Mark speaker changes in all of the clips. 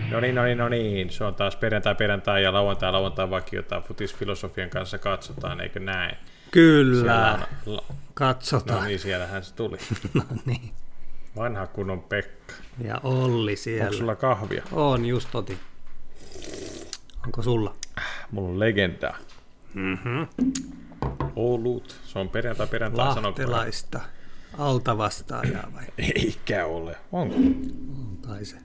Speaker 1: No niin. Se on taas perjantai ja lauantai vakiota futisfilosofian kanssa katsotaan, eikö näin?
Speaker 2: Kyllä, katsotaan.
Speaker 1: No niin, siellähän se tuli.
Speaker 2: No niin.
Speaker 1: Vanha kunnon Pekka.
Speaker 2: Ja Olli siellä.
Speaker 1: Onko sulla kahvia?
Speaker 2: On, just otin. Onko sulla?
Speaker 1: Mulla on legendaa. Olut. Se on perjantai
Speaker 2: Lahtelaista. Alta vastaajaa vai?
Speaker 1: Eikä ole. Onko?
Speaker 2: On kai se.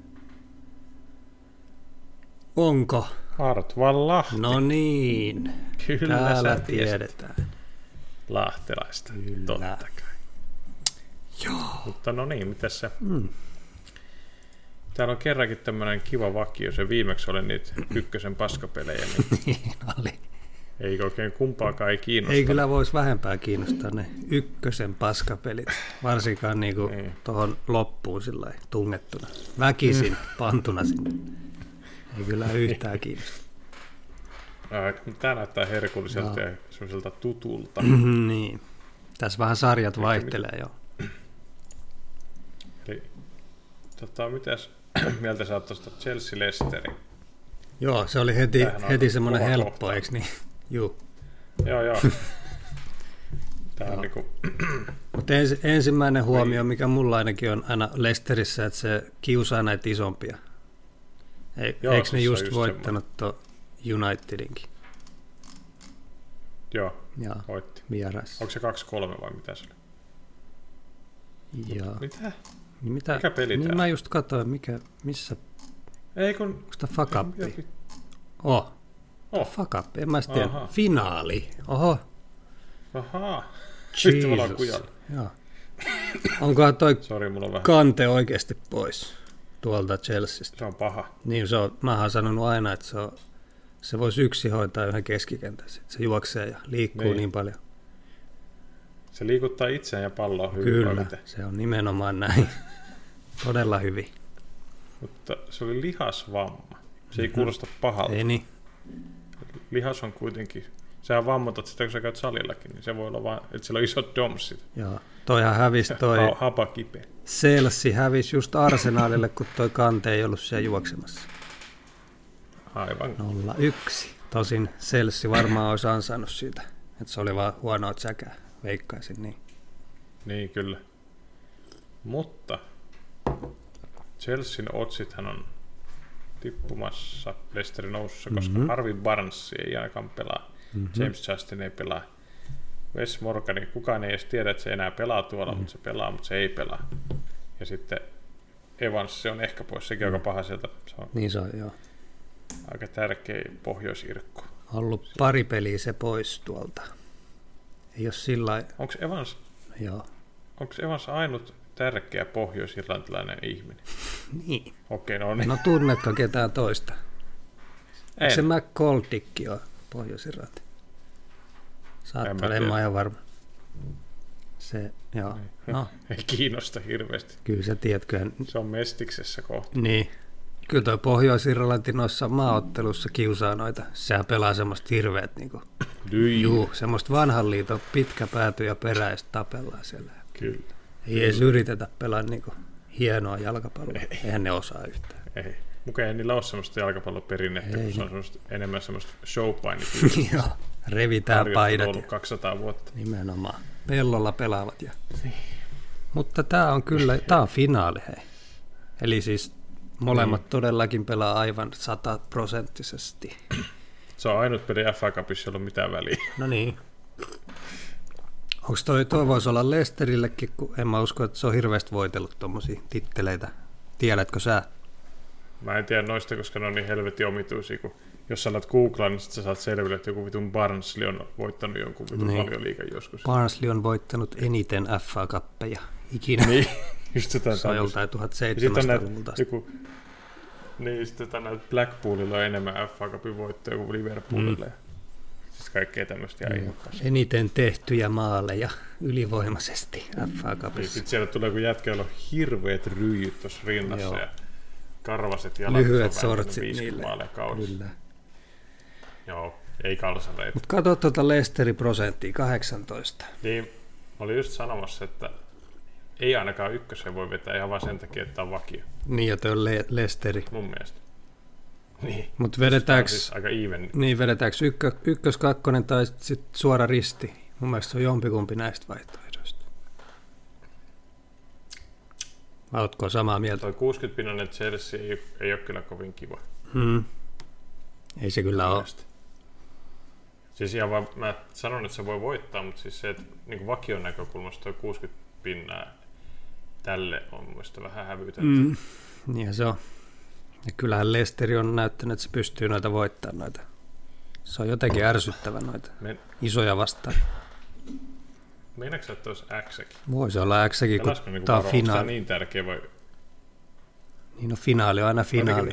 Speaker 2: Onko?
Speaker 1: Hartwall Lahti.
Speaker 2: No niin.
Speaker 1: Kyllä
Speaker 2: täällä
Speaker 1: sä
Speaker 2: tiedetään.
Speaker 1: Lahtelaista.
Speaker 2: Kyllä.
Speaker 1: Totta kai.
Speaker 2: Joo.
Speaker 1: Mutta no niin, mitäs se? Täällä on kerrankin tämmönen kiva vakio. Se viimeksi oli niitä ykkösen paskapelejä.
Speaker 2: Niin oli.
Speaker 1: Ei oikein kumpaakaan ei kiinnosta.
Speaker 2: Ei kyllä voisi vähempää kiinnostaa ne ykkösen paskapelit, varsinkaan niinku tuohon loppuun sillä tungettuna, väkisin pantuna sinne. Ei kyllä yhtään kiinnosta.
Speaker 1: Tämä näyttää herkulliselta ja semmoiselta tutulta.
Speaker 2: Niin. Tässä vähän sarjat vaihtelee jo.
Speaker 1: Eli, mitäs mieltä sä oot tuosta Chelsea-Leicesterin?
Speaker 2: Joo, se oli heti semmoinen helppo, eikö niin? Juu.
Speaker 1: Joo. Tää on niinku...
Speaker 2: Mutta ensimmäinen huomio, mikä mulla ainakin on aina Leicesterissä, että se kiusaa näitä isompia. Eikö ne just voittanut tuon Unitedinkin?
Speaker 1: Joo, voitti.
Speaker 2: Vieraissa.
Speaker 1: Onko se 2-3 vai mitä se oli?
Speaker 2: Joo.
Speaker 1: Mitä?
Speaker 2: Mikä
Speaker 1: peli
Speaker 2: niin
Speaker 1: tää?
Speaker 2: mä just katsoin, missä...
Speaker 1: Ei kun...
Speaker 2: Onko tämä fuck up? Fuck up, en mä tiedä. Finaali. Oho.
Speaker 1: Ahaa. Sitten me ollaan kujalla.
Speaker 2: Joo. Onkohan toi
Speaker 1: Sori, mulla on vähän...
Speaker 2: kante oikeasti pois tuolta Chelseasta?
Speaker 1: Se on paha.
Speaker 2: Niin se on. Mä oon sanonut aina, että se voisi yksin hoitaa yhden keskikentän. Se juoksee ja liikkuu niin paljon.
Speaker 1: Se liikuttaa itseään ja palloa hyvin.
Speaker 2: Kyllä, se on nimenomaan näin. Todella hyvin.
Speaker 1: Mutta se oli lihasvamma. Se ei kuulosta pahalta.
Speaker 2: Ei niin.
Speaker 1: Lihas on kuitenkin... Sähän vammotat sitä, kun sä käyt salillakin, niin se voi olla vaan, että siellä on isot domsit.
Speaker 2: Joo, toihan hävisi
Speaker 1: Hapa kipeä.
Speaker 2: Chelsea hävisi just Arsenalille, kun toi kante ei ollut siellä juoksemassa.
Speaker 1: Aivan.
Speaker 2: 0-1. Tosin Chelsea varmaan olisi ansainnut siitä, että se oli vaan huonoa tsäkää, veikkaisin niin.
Speaker 1: Niin, kyllä. Mutta Chelsean otsithan on tippumassa Leicesterin nousussa, koska Harvey Barnes ei ainakaan pelaa. James Justin ei pelaa. Wes Morgan, kukaan ei edes tiedä, että se enää pelaa tuolla, mutta se pelaa, mutta se ei pelaa. Ja sitten Evans, se on ehkä pois, sekin aika paha sieltä. Se on
Speaker 2: niin se on, joo.
Speaker 1: Aika tärkeä pohjoisirkku.
Speaker 2: Ollut pari peliä se pois tuolta. Ei ole sillä
Speaker 1: Onko Evans, Evans ainut tärkeä pohjoisirlantilainen ihminen?
Speaker 2: Niin.
Speaker 1: Okei, no niin.
Speaker 2: No tunnetko ketään toista? Se McColdickki on Pohjois-Irlanti. Saattaa olemaan ihan varma. Se, joo. No.
Speaker 1: Ei kiinnosta hirveästi.
Speaker 2: Kyllä sä tiedät,
Speaker 1: se on Mestiksessä kohta.
Speaker 2: Niin. Kyllä toi Pohjois-Irlanti noissa maaottelussa kiusaa noita. Sehän pelaa semmoista hirveät niinku. Juu, semmoista vanhan liiton pitkä pääty ja peräistä tapellaan siellä.
Speaker 1: Kyllä.
Speaker 2: Ei edes yritetä pelaa niinku hienoa jalkapalloa. Eihän ne osaa yhtään.
Speaker 1: Ei. Mukaan ei niillä ole semmoista jalkapalloperinnettä, kun se on enemmän semmoista showpainita.
Speaker 2: Joo, revitään paidat.
Speaker 1: On ollut 200 vuotta.
Speaker 2: Nimenomaan. Pellolla pelaavat. Mutta tämä on kyllä, tämä on finaali, hei. Eli siis molemmat todellakin pelaa aivan 100%.
Speaker 1: Se on ainut peli FA Cupissa, jolla ei ole mitään väliä.
Speaker 2: No niin. Onko toi voisi olla Leicesterillekin, kun en mä usko, että se on hirveästi voitellut tuommoisia titteleitä. Tiedätkö sä?
Speaker 1: Mä en tiedä noista, koska ne on niin helvetin omituisia, kun jos sä alat googlaa, niin sitten sä saat selville, että joku vitun Barnsley on voittanut jonkun vitun Valioliigan joskus.
Speaker 2: Barnsley on voittanut eniten FA-kappeja ikinä.
Speaker 1: Niin, just
Speaker 2: se on joltain 1700-luvulta.
Speaker 1: Niin, sitten näitä Blackpoolilla on enemmän FA Cupin voittoja kuin Liverpoolilla. Siis kaikkea tämmöistä
Speaker 2: eniten tehtyjä maaleja ylivoimaisesti FA Cupissa.
Speaker 1: Niin, sitten siellä tulee, kun jätkäillä on hirveät ryijyt tuossa rinnassa ja karvaset jalat.
Speaker 2: Lyhyet sortsit niille.
Speaker 1: Kyllä. Joo, ei kalsareita.
Speaker 2: Mutta katso tuota Leicesterin prosenttia, 18.
Speaker 1: Niin, mä olin just sanomassa, että ei ainakaan ykkösen voi vetää ihan vaan sen takia, että on vakio.
Speaker 2: Niin, ja toi on Leicesteri.
Speaker 1: Mun mielestä. Niin.
Speaker 2: Mutta vedetäänkö,
Speaker 1: siis aika even.
Speaker 2: niin, vedetäänkö ykkös, kakkonen tai sitten suora risti? Mun mielestä se on jompikumpi näistä vaihtoehdoista. Oletko samaa mieltä?
Speaker 1: Toi 60-pinnainen Chelsea ei ole kyllä kovin kiva.
Speaker 2: Ei se kyllä ole.
Speaker 1: Siis ihan vaan, mä sanon, että se voi voittaa, mutta siis se, että niin vakion näkökulmasta toi 60 pinnaa tälle on mun mielestä vähän hävytöntä.
Speaker 2: Niin se on. Ja kyllähän Leicester on näyttänyt, että se pystyy noita voittamaan noita. Se on jotenkin ärsyttävä noita isoja vastaan.
Speaker 1: Meinaatko sä, että olisi X-kin?
Speaker 2: Voisi olla X-kin, kun tämä on finaali.
Speaker 1: Onko niin tärkeä vai?
Speaker 2: Niin no finaali on aina finaali.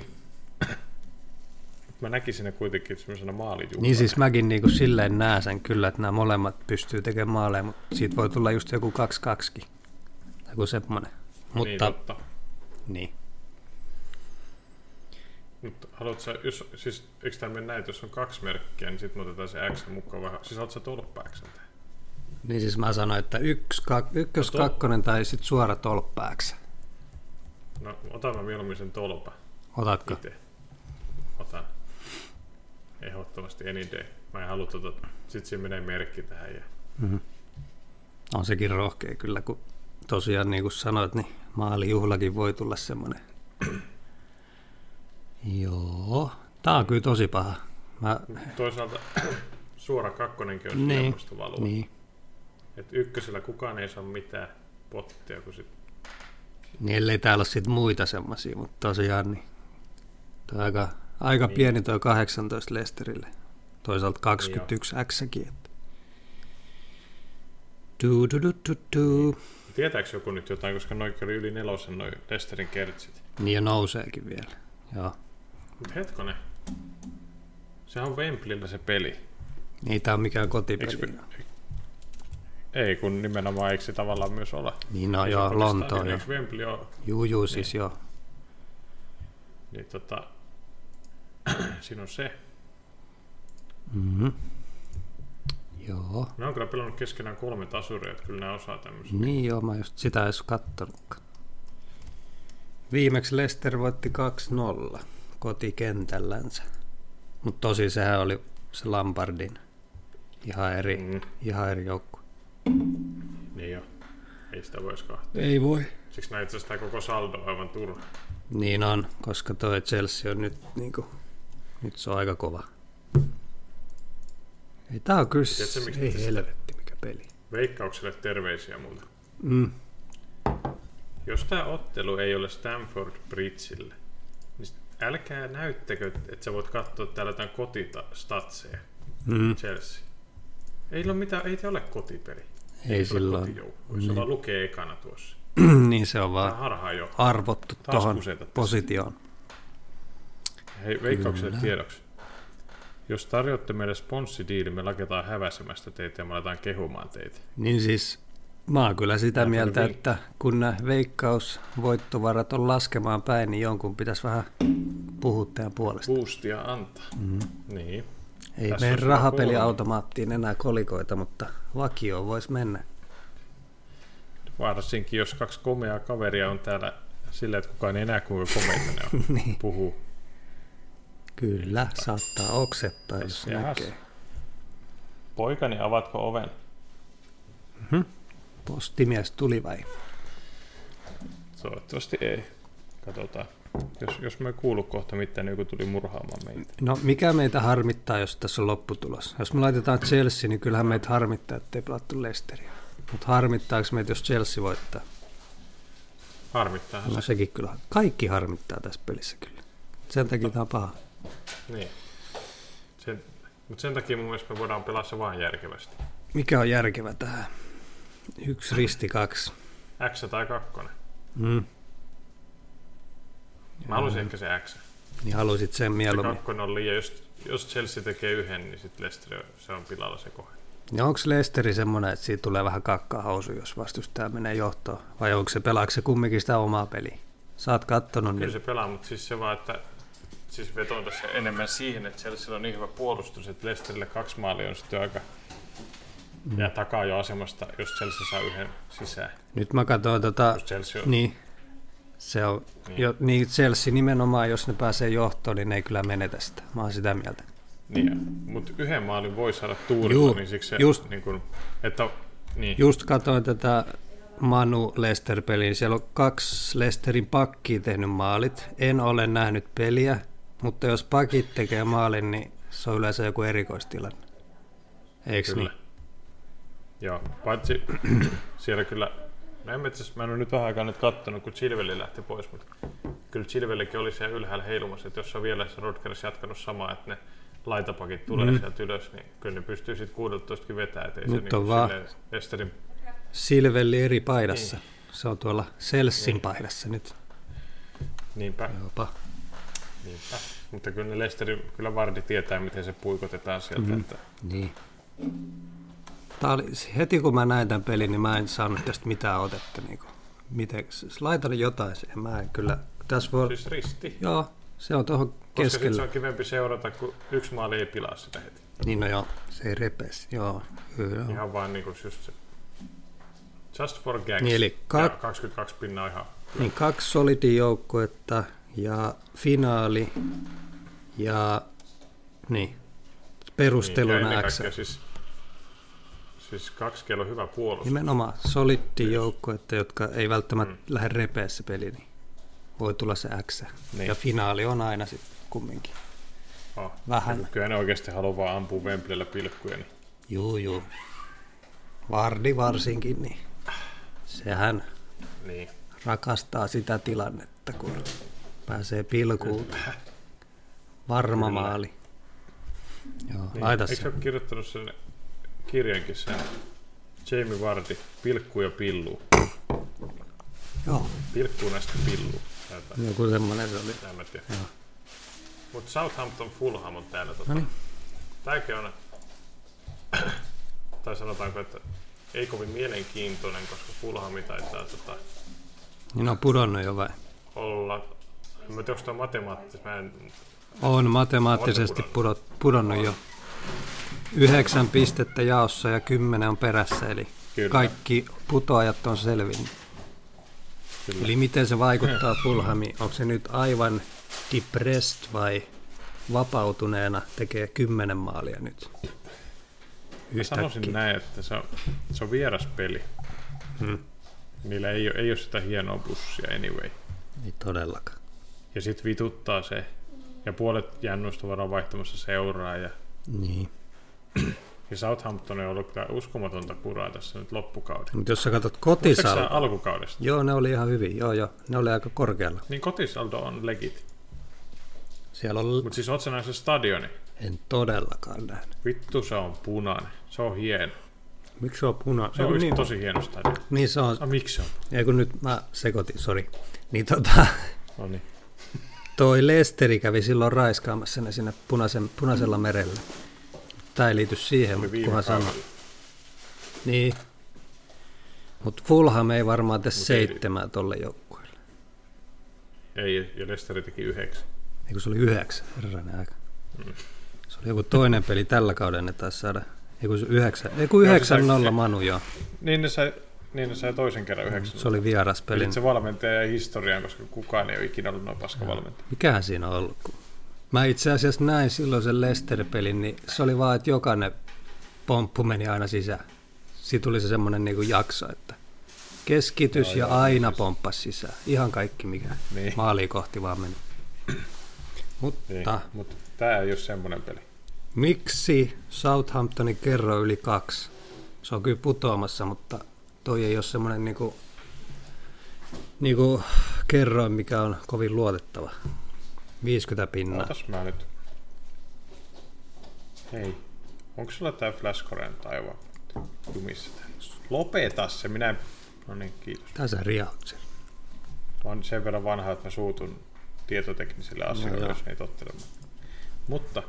Speaker 1: Mä näkisin ne kuitenkin semmoisena maalijuhlana.
Speaker 2: Niin siis mäkin niin kuin silleen näen sen kyllä, että nämä molemmat pystyy tekemään maaleja, mutta siitä voi tulla just joku 2-2. Joku semmoinen. Mutta,
Speaker 1: niin, totta.
Speaker 2: Niin.
Speaker 1: Mutta haluatko sä, siis eikö tämä mennä näin, että jos on 2 merkkiä, niin sitten me otetaan se X mukaan vähän. Siis haluatko sä tolppa X tehdä?
Speaker 2: Niin siis mä sanoin, että ykkös, kakkonen tai sitten suora tolppa X.
Speaker 1: No otan mä mieluummin sen tolpa.
Speaker 2: Otatko?
Speaker 1: Ite. Otan. Ehdottomasti any day. Mä en halua sit siinä menee merkki tähän. Ja...
Speaker 2: On sekin rohkea kyllä, kun tosiaan niin kuin sanoit, niin maalijuhlakin voi tulla semmoinen. Joo, tää on kyllä tosi paha.
Speaker 1: Toisaalta suora kakkonenkin on helposti valua.
Speaker 2: Niin.
Speaker 1: Et ykkösellä kukaan ei saa mitään pottia, kun sit...
Speaker 2: Niin ellei täällä ole sit muita semmosia, mutta tosiaan niin aika niin. Pieni toi 18 Leicesterille. Toisaalta 21 niin X-kin.
Speaker 1: Tietääkö joku nyt jotain, koska noikin oli yli 4 noi Leicesterin kertsit?
Speaker 2: Niin ja nouseekin vielä, joo.
Speaker 1: Mut hetkonen. Sehän on Wembleyllä se peli.
Speaker 2: Ei tää on mikään kotipeli.
Speaker 1: Ei, kun nimenomaan eikö se tavallaan myös ole.
Speaker 2: Niin no joo, Lontoon jo.
Speaker 1: Eikö Wembley ole?
Speaker 2: Juu, niin. Siis joo.
Speaker 1: Niin siinä on se.
Speaker 2: Joo.
Speaker 1: Ne on kyllä pelannut keskenään 3 tasuria, että kyllä nämä osaa tämmöistä.
Speaker 2: Niin joo, mä just sitä edes kattonutkaan. Viimeksi Leicester voitti 2-0 kotikentällänsä. Mutta tosi sehän oli se Lampardin ihan eri joukkue.
Speaker 1: Niin joo, ei sitä voisi kahtaa.
Speaker 2: Ei voi.
Speaker 1: Siksi näin itse asiassa koko saldo on aivan turha.
Speaker 2: Niin on, koska toi Chelsea on nyt niinku, nyt se on aika kova. Ei tää on kyllä, ei helvetti mikä peli.
Speaker 1: Veikkaukselle terveisiä multa. Jos tää ottelu ei ole Stamford Bridgelle, niin älkää näyttäkö, että sä voit katsoa täällä jotain kotistatseja. Chelsea. Ei ole kotipeli.
Speaker 2: Ei silloin.
Speaker 1: Se vaan lukee ekana tuossa.
Speaker 2: Niin se on vaan arvottu tuohon positioon.
Speaker 1: Hei, veikkaukselle tiedoksi. Jos tarjotte meille sponssidiili, me laketaan häväsemästä teitä ja me aletaan kehumaan teitä.
Speaker 2: Niin siis mä oon kyllä sitä mieltä, että kun nämä veikkausvoittovarat on laskemaan päin, niin jonkun pitäisi vähän puhua teidän puolesta.
Speaker 1: Boostia antaa. Niin.
Speaker 2: Ei mene rahapeliautomaattiin enää kolikoita, mutta vakioon voisi mennä.
Speaker 1: Varsinkin, jos 2 komeaa kaveria on täällä silleen, että kukaan ei enää kuinka komeita ne on.
Speaker 2: Niin.
Speaker 1: Puhuu.
Speaker 2: Kyllä, saattaa oksettaa, jos näkee.
Speaker 1: Poikani, avatko oven?
Speaker 2: Postimies tuli vai?
Speaker 1: Toivottavasti ei. Katsotaan. Jos me ei kuulu kohta mitään, niin joku tuli murhaamaan meitä.
Speaker 2: No mikä meitä harmittaa, jos tässä on lopputulos? Jos me laitetaan Chelsea, niin kyllähän meitä harmittaa, ettei pelattu Leicesteria. Mutta harmittaako meitä, jos Chelsea voittaa?
Speaker 1: Harmittaa.
Speaker 2: No sekin kyllä. Kaikki harmittaa tässä pelissä kyllä. Sen takia tämä on paha.
Speaker 1: Niin. Mutta sen takia mun mielestä me voidaan pelaa se vaan järkevästi.
Speaker 2: Mikä on järkevä tähän? 1 risti 2.
Speaker 1: X tai 2. Mä haluaisin ehkä se X.
Speaker 2: Niin haluaisit sen mieluummin.
Speaker 1: Se 2 on liian. Jos Chelsea tekee 1, niin sitten Leicester se on pilalla se kohde.
Speaker 2: Ja onko Leicesteri semmoinen, että siitä tulee vähän kakkaa housu, jos vastustaja menee johtoon? Vai onko se pelaako se kumminkin sitä omaa peliä? Sä oot kattonut.
Speaker 1: Kyllä se pelaa, mutta siis se vaan, että siis vetoon tässä enemmän siihen, että Chelsea on niin hyvä puolustus, että Leicesterille 2 maalia on sitten aika ja takaa jo asemasta, jos Chelsea saa 1 sisään.
Speaker 2: Nyt mä katsoin niin. Se on, niin Chelsea nimenomaan, jos ne pääsee johtoon, niin ne ei kyllä menetä sitä. Mä oon sitä mieltä.
Speaker 1: Niin, mutta yhden maalin voi saada tuurilla, niin siksi se,
Speaker 2: just,
Speaker 1: niin kuin, että, niin.
Speaker 2: Just katsoin tätä Manu Leicester-peliä, siellä on 2 Leicesterin pakkia tehnyt maalit. En ole nähnyt peliä, mutta jos pakit tekee maalin, niin se on yleensä joku erikoistilanne. Eikö niin?
Speaker 1: Joo, paitsi siellä kyllä, mä en ole nyt vähän aikaa nyt kattonut, kun Chilwell lähti pois, mutta kyllä Chilwellikin oli siellä ylhäällä heilumassa, että jos on vielä se Rodgers jatkanut samaa, että ne laitapakit tulee sieltä ylös, niin kyllä ne pystyy sitten 16kin vetämään, ettei
Speaker 2: nyt
Speaker 1: se
Speaker 2: on vaan
Speaker 1: Esterin...
Speaker 2: Chilwelli eri paidassa. Niin. Se on tuolla Chelsean paidassa nyt.
Speaker 1: Niinpä.
Speaker 2: Jopa.
Speaker 1: Niinpä. Mutta kyllä Leicesterin, kyllä Vardy tietää, miten se puikotetaan sieltä. Että...
Speaker 2: Niin. Heti kun mä näin tämän pelin, niin mä en saanut tästä mitään otetta. Niin laitan jotain siihen. Mä en kyllä... Tässä voi...
Speaker 1: Siis risti.
Speaker 2: Joo, se on tuohon keskellä.
Speaker 1: Koska se on kivempi seurata, kun yksi maali ei pilaa sitä heti.
Speaker 2: Niin no joo, se ei repesi. Joo.
Speaker 1: Ihan vaan niin kuin just se... Just for gags.
Speaker 2: Niin, eli
Speaker 1: 22 pinnaa ihan...
Speaker 2: Niin 2 solidia joukkuetta ja finaali ja niin, perusteluna
Speaker 1: niin,
Speaker 2: X.
Speaker 1: Siis 2 kello hyvä puolustus.
Speaker 2: Nimenomaan solidia joukkuetta, jotka ei välttämättä lähde repeä se peli, niin voi tulla se X. Niin. Ja finaali on aina sitten kumminkin. Vähän.
Speaker 1: Kyllä ne oikeasti haluaa vaan ampua Wembleyllä pilkkuja. Niin.
Speaker 2: Juu. Vardy varsinkin, niin sehän rakastaa sitä tilannetta, kun pääsee pilkuun. Varma maali. Joo,
Speaker 1: niin.
Speaker 2: laita
Speaker 1: se. Eikö ole kirjoittanut sen kirjankin sen Jamie Vardy, pilkkuu ja pilluu?
Speaker 2: Joo.
Speaker 1: Pilkkuu näistä pilluu.
Speaker 2: Joku semmoinen se oli.
Speaker 1: Mutta Southampton Fulham on täällä.
Speaker 2: Noniin.
Speaker 1: Tämäkin on, tai sanotaanko, että ei kovin mielenkiintoinen, koska Fulhami taitaa
Speaker 2: niin on pudonnut jo vai?
Speaker 1: Olla, en tiedä, onko tuo matemaattisesti,
Speaker 2: on matemaattisesti pudonnut jo. 9 pistettä jaossa ja 10 on perässä, eli kyllä. Kaikki putoajat on selvinnyt. Kyllä. Eli miten se vaikuttaa Fulhamiin? Onko se nyt aivan depressed vai vapautuneena tekee 10 maalia nyt?
Speaker 1: Mä sanoisin näin, että se on vieras peli. Niillä ei ole sitä hienoa bussia anyway.
Speaker 2: Ei todellakaan.
Speaker 1: Ja sit vituttaa se. Ja puolet jännuista varmaan vaihtamassa seuraa.
Speaker 2: Niin.
Speaker 1: Ja Southampton on ollut uskomatonta kuraa tässä nyt loppukauden.
Speaker 2: Mutta jos sä katsot kotisaldoa.
Speaker 1: Alkukaudesta?
Speaker 2: Joo, ne oli ihan hyvin. Joo. Ne oli aika korkealla.
Speaker 1: Niin kotisaldo on legit.
Speaker 2: Siellä on...
Speaker 1: Mutta siis ootko sä näin se stadioni?
Speaker 2: En todellakaan nähnyt.
Speaker 1: Vittu se on punainen. Se on hieno.
Speaker 2: Miksi se on punainen?
Speaker 1: Se on niin, tosi hieno stadioni.
Speaker 2: Niin se on.
Speaker 1: Miksi se on?
Speaker 2: Ei kun nyt mä sekoitin, sori. Niin
Speaker 1: no niin.
Speaker 2: Toi Leicesteri kävi silloin raiskaamassa ne sinne punaisella merellä. Tää ei liity siihen, mutta kunhan sanoo. Niin. Mutta Fulham ei varmaan tee 7 tolle joukkueelle.
Speaker 1: Ei, ja Leicester teki 9.
Speaker 2: Eikö se oli 9, herranen aika. Se oli joku toinen peli tällä kaudella, ne taisi saada. Eiku 9-0 Manu, joo.
Speaker 1: Niin ne sai toisen kerran 9.
Speaker 2: Se oli vieras peli.
Speaker 1: Se valmentaja jäi historiaan, koska kukaan ei ole ikinä ollut noin paska valmentaja.
Speaker 2: Mikähän siinä on ollut? Mä itse asiassa näin silloin sen Leicester-pelin, niin se oli vaan, että jokainen pomppu meni aina sisään. Siitä tuli se semmoinen niin kuin jakso, että keskitys ja aina pomppasi sisään. Ihan kaikki mikä maaliin kohti vaan meni. Mutta
Speaker 1: tämä ei ole semmoinen peli.
Speaker 2: Miksi Southamptonin kerro yli 2? Se on kyllä putoamassa, mutta toi ei ole semmoinen niinku kerroin, mikä on kovin luotettava. 50 pinnaa.
Speaker 1: Ootas mä nyt. Hei, onko sulla tää Flashcoren taivaan jumissa? Lopeta se, minä... No niin, kiitos.
Speaker 2: Tässä riaut sen.
Speaker 1: Mä oon sen verran vanha, että mä suutun tietoteknisille asioille, jos ei tottelemaan. Mutta...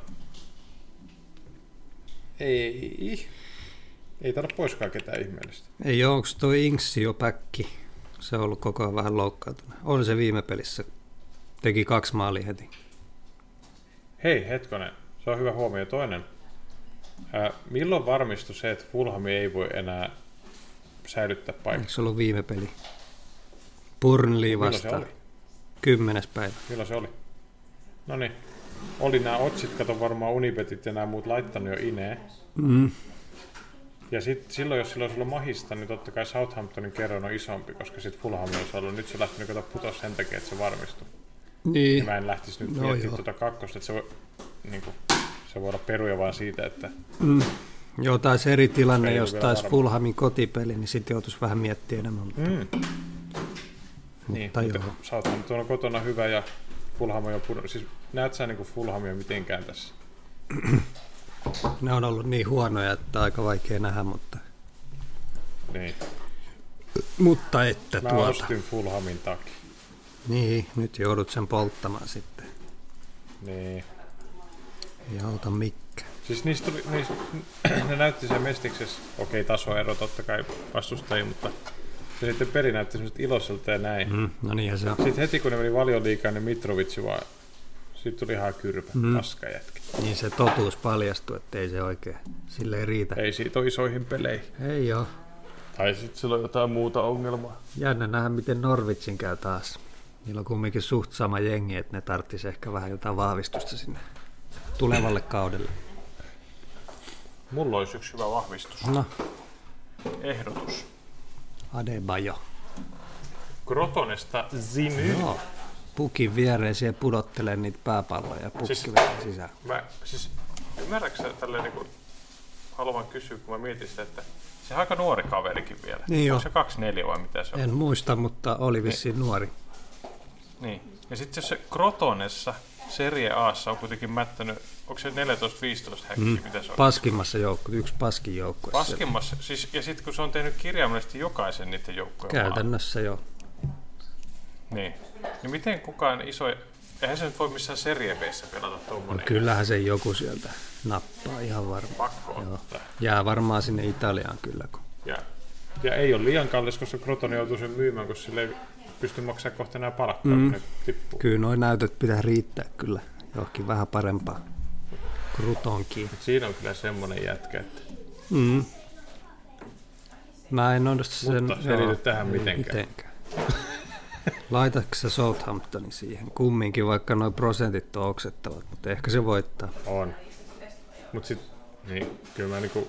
Speaker 1: Ei taida poiskaan ketään ihmeellistä.
Speaker 2: Ei oo, onko toi Inksi jo päkki? Se on ollut koko ajan vähän loukkaantunut. On se viime pelissä. Teki 2 maalia heti.
Speaker 1: Hei, hetkonen. Se on hyvä huomio. Toinen. Milloin varmistui se, että Fulham ei voi enää säilyttää paikkaa?
Speaker 2: Eikö se ollut viime peli? Burnley vastaan. 10. päivä.
Speaker 1: Milloin se oli? No niin. Oli nämä otsit, kato varmaan Unibetit ja nämä muut laittanut jo ineen. Ja silloin, jos sillä olisi ollut mahista, niin totta kai Southamptonin kerroin on isompi, koska sitten Fulham olisi ollut. Nyt se lähti putosi sen takia, että se varmistui.
Speaker 2: Niin.
Speaker 1: Ja mä en lähtisi nyt miettimään tuota kakkosta, että se voi olla peruja vaan siitä, että...
Speaker 2: Joo, taisi eri tilanne, jos taisi Fulhamin kotipeli, niin sitten joutuisi vähän miettimään enemmän. Mutta
Speaker 1: niin, Southampton on kotona hyvä ja Fulham on jo pudonnut. Siis näet sä niinku Fulhamia mitenkään tässä?
Speaker 2: Ne on ollut niin huonoja, että aika vaikea nähdä, mutta...
Speaker 1: Niin.
Speaker 2: Mutta että
Speaker 1: mä ostin Fulhamin takia.
Speaker 2: Niin, nyt joudut sen polttamaan sitten.
Speaker 1: Niin.
Speaker 2: Ei auta mikään.
Speaker 1: Siis ne näytti sen Mestiksessä, okei, tasoero totta kai vastustajia, mutta se sitten peli näytti semmoiset iloiselta ja näin.
Speaker 2: No niinhän se on.
Speaker 1: Sitten heti kun ne meni Valioliigaan, niin Mitrovitsi vaan, siitä tuli ihan kyrpä, paska jätkä.
Speaker 2: Niin se totuus paljastui, että ei se oikein, sille ei riitä.
Speaker 1: Ei siitä ole isoihin peleihin.
Speaker 2: Ei oo.
Speaker 1: Tai sitten sillä on jotain muuta ongelmaa.
Speaker 2: Jännä nähdä, miten Norwichin käy taas. Niillä on kumminkin suht sama jengi, että ne tarvitsisi ehkä vähän jotain vahvistusta sinne tulevalle kaudelle.
Speaker 1: Mulla olisi yksi hyvä vahvistus.
Speaker 2: No.
Speaker 1: Ehdotus.
Speaker 2: Adebayo.
Speaker 1: Krotonesta Zimy.
Speaker 2: Joo. Pukin viereen siihen pudottelee niitä pääpalloja ja pukki vetää sisään.
Speaker 1: Ymmärrätkö sä tälleen niin haluan kysyä, kun mä mietin sitä, että se on aika nuori kaverikin vielä.
Speaker 2: Niin
Speaker 1: onko se 24 vai mitä se on?
Speaker 2: En muista, mutta oli vissiin nuori.
Speaker 1: Niin. Ja sitten jos se Krotonessa Serie A:ssa on kuitenkin mättänyt, onko se 14-15 häkkiä, mitä se on?
Speaker 2: Paskimmassa joukko, yksi paskin joukkue.
Speaker 1: Paskimmassa, siis, ja sitten kun se on tehnyt kirjaimellisesti jokaisen niiden joukkojen
Speaker 2: käytännössä joo.
Speaker 1: Niin. Ja miten kukaan iso, eihän se nyt voi missään Serie B:ssä pelata tuommoinen.
Speaker 2: No kyllähän se joku sieltä nappaa ihan varmaan.
Speaker 1: Pakko ottaa.
Speaker 2: Jää varmaan sinne Italiaan kyllä.
Speaker 1: Ja ei ole liian kallis, koska Crotone joutuu sen myymään, koska sille ei pysty maksamaan kohta enää palkkaa, kun ne tippuu.
Speaker 2: Kyllä nuo näytöt pitää riittää kyllä johonkin vähän parempaa Crutonkiin.
Speaker 1: Siinä on kyllä semmoinen jätkä, että...
Speaker 2: Mä en onnistu sen...
Speaker 1: Mutta se ei liity tähän mitenkään.
Speaker 2: Laitatko sä Southamptonin siihen? Kumminkin, vaikka nuo prosentit on oksettavat, mutta ehkä se voittaa.
Speaker 1: On. Mutta sitten, niin, kyllä mä niinku...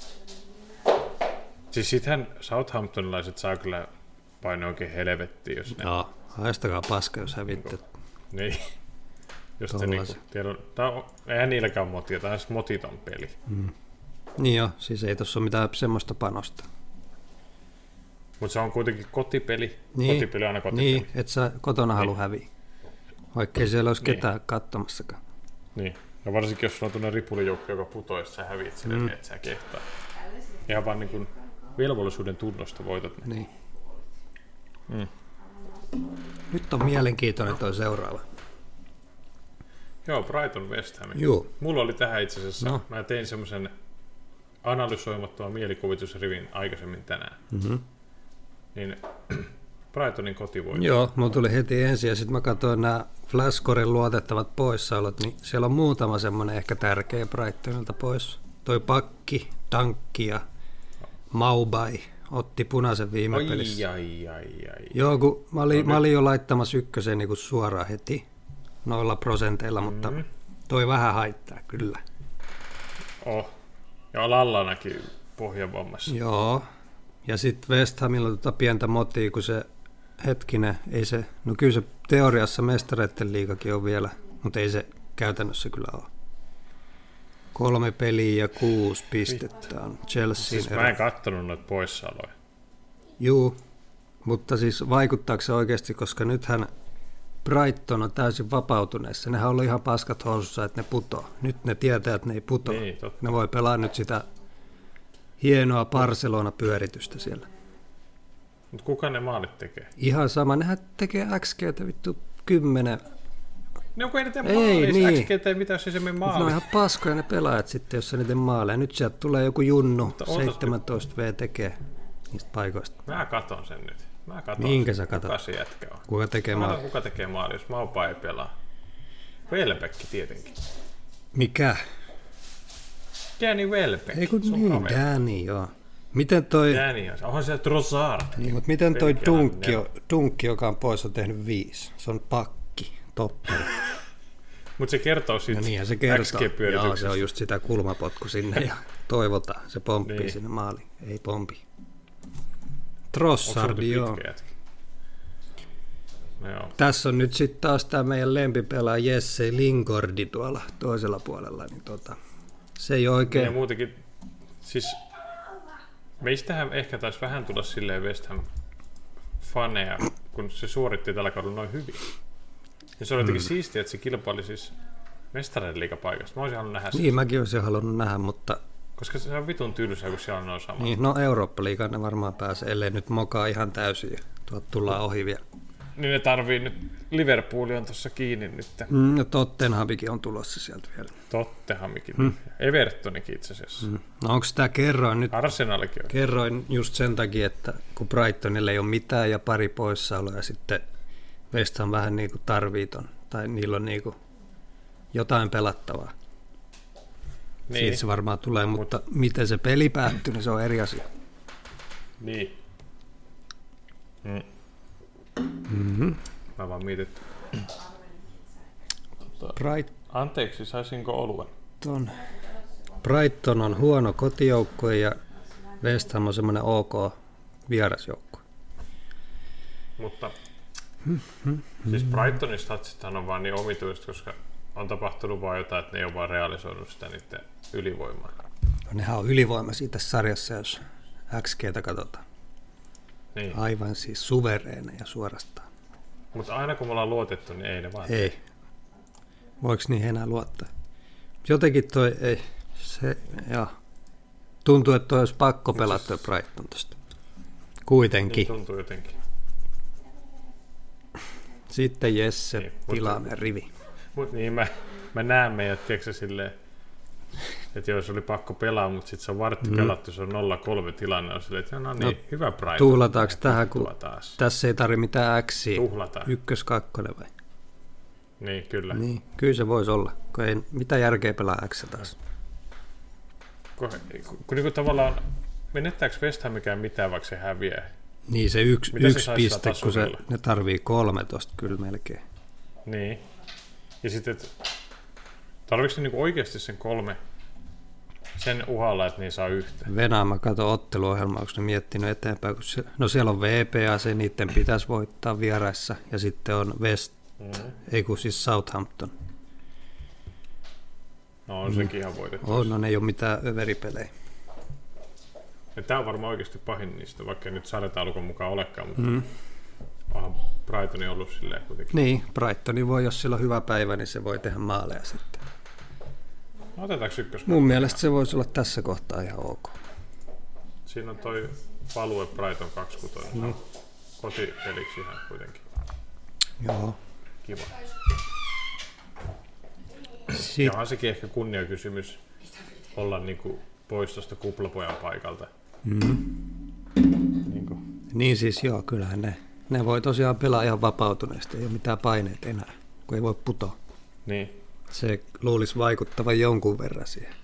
Speaker 1: Siis sittenhän Southamptonilaiset saa kyllä painoa oikein helvettiin, jos ne...
Speaker 2: Joo, haistakaa paska, jos hävitte.
Speaker 1: Niin. Jos te niinku tiedon... Eihän niilläkään motia, tämä on motiton peli.
Speaker 2: Niin joo, siis ei tossa ole mitään semmoista panosta.
Speaker 1: Mutta se on kuitenkin kotipeli.
Speaker 2: Niin,
Speaker 1: kotipeli on aina kotipeli.
Speaker 2: Niin, et sä kotona halua häviä. Vaikkei siellä olisi ketään katsomassakaan.
Speaker 1: Niin, ja varsinkin jos sulla on tuollainen ripulijoukko, joka putoo, jos sä häviät silleen, että sä kehtaa. Ihan vaan niin kuin velvollisuuden tunnosta voitat ne.
Speaker 2: Niin. Nyt on mielenkiintoinen toi seuraava.
Speaker 1: Joo, Brighton West Ham.
Speaker 2: Joo.
Speaker 1: Mulla oli tähän itse asiassa, mä tein semmoisen analysoimattoman mielikuvitusrivin aikaisemmin tänään. Niin Brightonin kotivoitto.
Speaker 2: Joo, mulla tuli heti ensin ja sitten mä katsoin nämä Flashcoren luotettavat poissaolot, niin siellä on muutama semmoinen ehkä tärkeä Brightonilta pois. Toi pakki, Dankki ja Maubai otti punaisen viime pelissä. Joo, kun mä olin jo laittamassa ykkösen niin suoraan heti noilla prosenteilla, mutta toi vähän haittaa kyllä.
Speaker 1: Ja Lallanakin pohjavammassa.
Speaker 2: Joo. Ja sitten West Hamilla pientä motia, kun se hetkinen, ei se, no kyllä se teoriassa mestareiden liigakin on vielä, mutta ei se käytännössä kyllä ole. 3 peliä ja 6 pistettä on Chelsean
Speaker 1: siis mä en kattonut noita poissaoloja.
Speaker 2: Juu, mutta siis vaikuttaako se oikeasti, koska nythän Brighton on täysin vapautuneessa. Nehän on ollut ihan paskat housussa, että ne putoo. Nyt ne tietää, että ne ei putoo.
Speaker 1: Niin,
Speaker 2: ne voi pelaa nyt sitä hienoa Barcelona-pyöritystä siellä.
Speaker 1: Mutta kuka ne maalit tekee?
Speaker 2: Ihan sama. Nehän tekee XG:tä vittu 10.
Speaker 1: No kun ei ne tee maalia, niin. XG tee mitä, jos ei se mene maaliin.
Speaker 2: No ihan paskoja ne pelaajat sitten, jos se ne tee maaleja. Nyt sieltä tulee joku junnu, 17V tekee niistä paikoista.
Speaker 1: Mä katon sen nyt.
Speaker 2: Minkä sä katot?
Speaker 1: Kuka se jätkä on?
Speaker 2: Kuka tekee maali?
Speaker 1: Kuka tekee maali, jos Maupa ei pelaa? Welbeck tietenkin.
Speaker 2: Mikä?
Speaker 1: Danny Welbeck.
Speaker 2: Ei kun niin, Danny, joo. Miten toi...
Speaker 1: Daniels. Onhan se Trossard.
Speaker 2: Niin, mutta miten toi Dunkki, joka on pois, on tehnyt 5? Se on pakki, toppari.
Speaker 1: Mutta se kertoo siitä
Speaker 2: no niinhän se kertoo.
Speaker 1: Joo,
Speaker 2: se on just sitä kulmapotku sinne ja toivotaan. Se pomppii
Speaker 1: niin.
Speaker 2: sinne maaliin. Ei pompi. Trossard, joo.
Speaker 1: No joo.
Speaker 2: Tässä on nyt sitten taas tämä meidän lempipelaaja Jesse Lingordi tuolla toisella puolella. Niin se ei oikein...
Speaker 1: Ja muutenkin, siis meistähän ehkä taisi vähän tulla silleen West Ham faneja, kun se suoritti tällä kaudella noin hyvin. Ja se oli jotenkin siistiä, että se kilpaili siis mestareiden liigapaikasta. Mä olisin halunnut nähdä
Speaker 2: niin, mäkin olisin halunnut nähdä, mutta...
Speaker 1: Koska se on vitun tylsää, kun siellä on noin sama.
Speaker 2: Niin, no Eurooppa-liigaan ne varmaan pääsee, ellei nyt mokaa ihan täysin ja tuolta tullaan ohi vielä.
Speaker 1: Niin ne tarvii nyt, Liverpool on tuossa kiinni nyt.
Speaker 2: No Tottenhamikin on tulossa sieltä vielä.
Speaker 1: Tottenhamikin, Evertonikin itse asiassa.
Speaker 2: No onko tämä kerroin nyt?
Speaker 1: Arsenalikin on.
Speaker 2: Kerroin just sen takia, että kun Brightonille ei ole mitään ja pari poissaoloa ja sitten West Ham vähän niin kuin tarvii ton, tai niillä on niin kuin jotain pelattavaa. Niin. Siitä se varmaan tulee, mutta miten se peli päättyy, niin se on eri asia.
Speaker 1: Niin. Mä vaan mietin, anteeksi, saisinko oluen?
Speaker 2: Brighton on huono kotijoukkue ja West Ham on semmoinen ok vierasjoukkue.
Speaker 1: Mutta siis Brightonin statsithan on vaan niin omituista, koska on tapahtunut vaan jotain, että ne ei ole vaan realisoinut sitä niiden ylivoimaa.
Speaker 2: No, nehän on ylivoimaisia tässä sarjassa, jos XG:tä katsotaan.
Speaker 1: Niin.
Speaker 2: Aivan siis suvereeneja suorastaan.
Speaker 1: Mutta aina kun me ollaan luotettu, niin ei ne vaan.
Speaker 2: Ei. Voiko niihin enää luottaa? Jotenkin toi ei. Se, tuntuu, että toi olisi pakko pelata toi Brighton tosta. Kuitenkin.
Speaker 1: Niin tuntuu jotenkin.
Speaker 2: Sitten Jesse
Speaker 1: niin,
Speaker 2: tilaaminen rivi.
Speaker 1: Mutta niin mä näen meidät, tiedätkö silleen, että jos oli pakko pelaa, mutta sitten se on vartti pelattu, se on 0-3 tilanne, on silleen, että no niin, hyvä Brighton.
Speaker 2: Tuhlataanko tähän, kun tässä ei tarvitse mitään X:iä?
Speaker 1: Tuhlataan.
Speaker 2: 1-2 vai?
Speaker 1: Niin, kyllä.
Speaker 2: Niin, kyllä se voisi olla, kun ei mitä järkeä pelaa X taas.
Speaker 1: Kun niin kuin tavallaan, menettääkö West Ham mikään mitään, vaikka se häviää?
Speaker 2: Niin, se yksi piste, kun ne tarvii 13 kyllä melkein.
Speaker 1: Niin. Ja sitten, tarvitsetko ne niin oikeasti sen 3 sen uhalla, että niin saa yhteen?
Speaker 2: Venäjä, mä katson otteluohjelmaa, onko ne miettinyt eteenpäin. Kun siellä on VPA, se niiden pitäisi voittaa vieraissa. Ja sitten on siis Southampton.
Speaker 1: No on sekin ihan voitettu.
Speaker 2: No ne ei ole mitään överipelejä.
Speaker 1: Tämä on varmaan oikeasti pahin niistä, vaikka nyt sarjataulukon mukaan olekaan, mutta onhan Brightoni ollut silleen kuitenkin.
Speaker 2: Niin, Brightoni voi, jos sillä on hyvä päivä, niin se voi tehdä maaleja sitten.
Speaker 1: No, otetaanko ykkös?
Speaker 2: Mun mielestä se voisi olla tässä kohtaa ihan ok.
Speaker 1: Siinä on toi Value Brighton 26. Kotipeliksi ihan kuitenkin.
Speaker 2: Joo.
Speaker 1: Kiva. Ja onhan sekin ehkä kunniakysymys olla niinku pois tuosta kuplapojan paikalta.
Speaker 2: Niin siis joo, kyllähän ne voi tosiaan pelaa ihan vapautuneesti, ei ole mitään paineita enää, kun ei voi putoa.
Speaker 1: Niin.
Speaker 2: Se luulisi vaikuttavan jonkun verran siihen